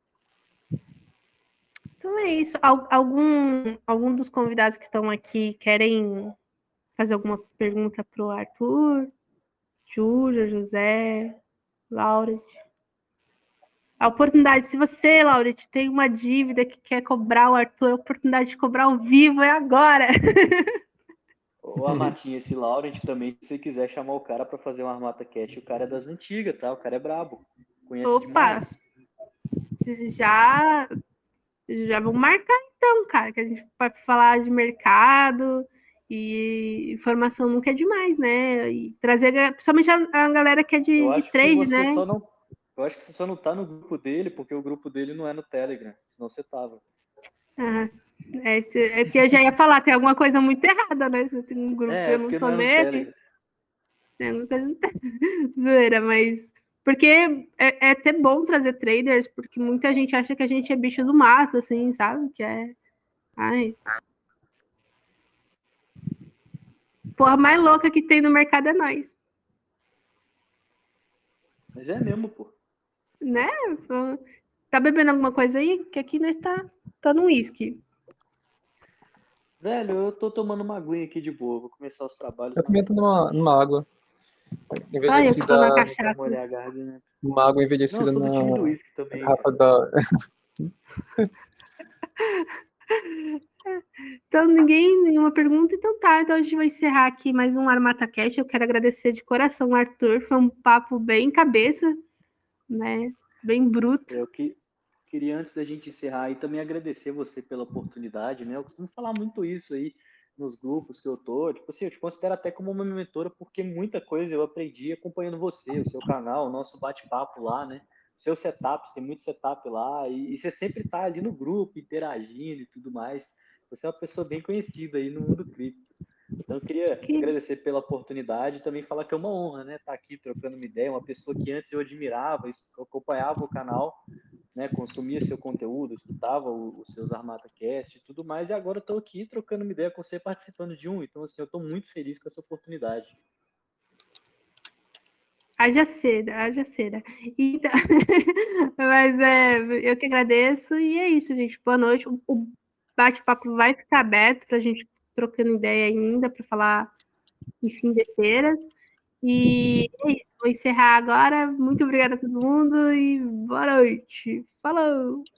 Então é isso. Algum dos convidados que estão aqui querem fazer alguma pergunta pro Arthur, Júlia, José, Laura? A oportunidade, se você, Laurete, tem uma dívida que quer cobrar o Arthur, a oportunidade de cobrar ao vivo é agora. Ô, Armatinha, esse Laurent também, se você quiser chamar o cara para fazer uma Armata Cash, o cara é das antigas, tá? O cara é brabo. Conhece demais. Já vamos marcar então, cara, que a gente vai falar de mercado e informação nunca é demais, né? E trazer, principalmente a galera que é de trade, né? Eu acho que você só não tá no grupo dele, porque o grupo dele não é no Telegram, senão você tava. É porque eu já ia falar, tem alguma coisa muito errada, né? Se tem um grupo eu não tô nele. Tem alguma coisa zoeira, mas porque é até bom trazer traders, porque muita gente acha que a gente é bicho do mato, assim, sabe? Que é. Ai. Porra mais louca que tem no mercado é nós. Mas é mesmo, pô. Né? Tá bebendo alguma coisa aí? Que aqui nós tá no uísque. Velho, eu tô tomando uma aguinha aqui de boa. Vou começar os trabalhos. Eu também tô numa água. Só eu que tô na cachaça. Uma água envelhecida na na uísque também, garrafa da... Então, nenhuma pergunta, então tá. Então a gente vai encerrar aqui mais um Armata Cash. Eu quero agradecer de coração, Arthur. Foi um papo bem cabeça, né? Bem bruto. Eu queria, antes da gente encerrar aí, também agradecer você pela oportunidade, né? Eu costumo falar muito isso aí nos grupos que eu tô. Tipo assim, eu te considero até como uma mentora, porque muita coisa eu aprendi acompanhando você, o seu canal, o nosso bate-papo lá, né? Seus setups, tem muito setup lá, e você sempre tá ali no grupo, interagindo e tudo mais. Você é uma pessoa bem conhecida aí no mundo cripto. Então, eu queria agradecer pela oportunidade e também falar que é uma honra, né? Estar aqui trocando uma ideia, uma pessoa que antes eu admirava, acompanhava o canal, né? Consumia seu conteúdo, escutava os seus ArmataCast e tudo mais, e agora eu estou aqui trocando uma ideia com você, participando de um. Então, assim, eu estou muito feliz com essa oportunidade. Haja cera. Então, mas eu que agradeço, e é isso, gente. Boa noite. O bate-papo vai ficar aberto para a gente trocando ideia ainda, para falar, enfim, besteiras. E é isso, vou encerrar agora. Muito obrigada a todo mundo e boa noite. Falou!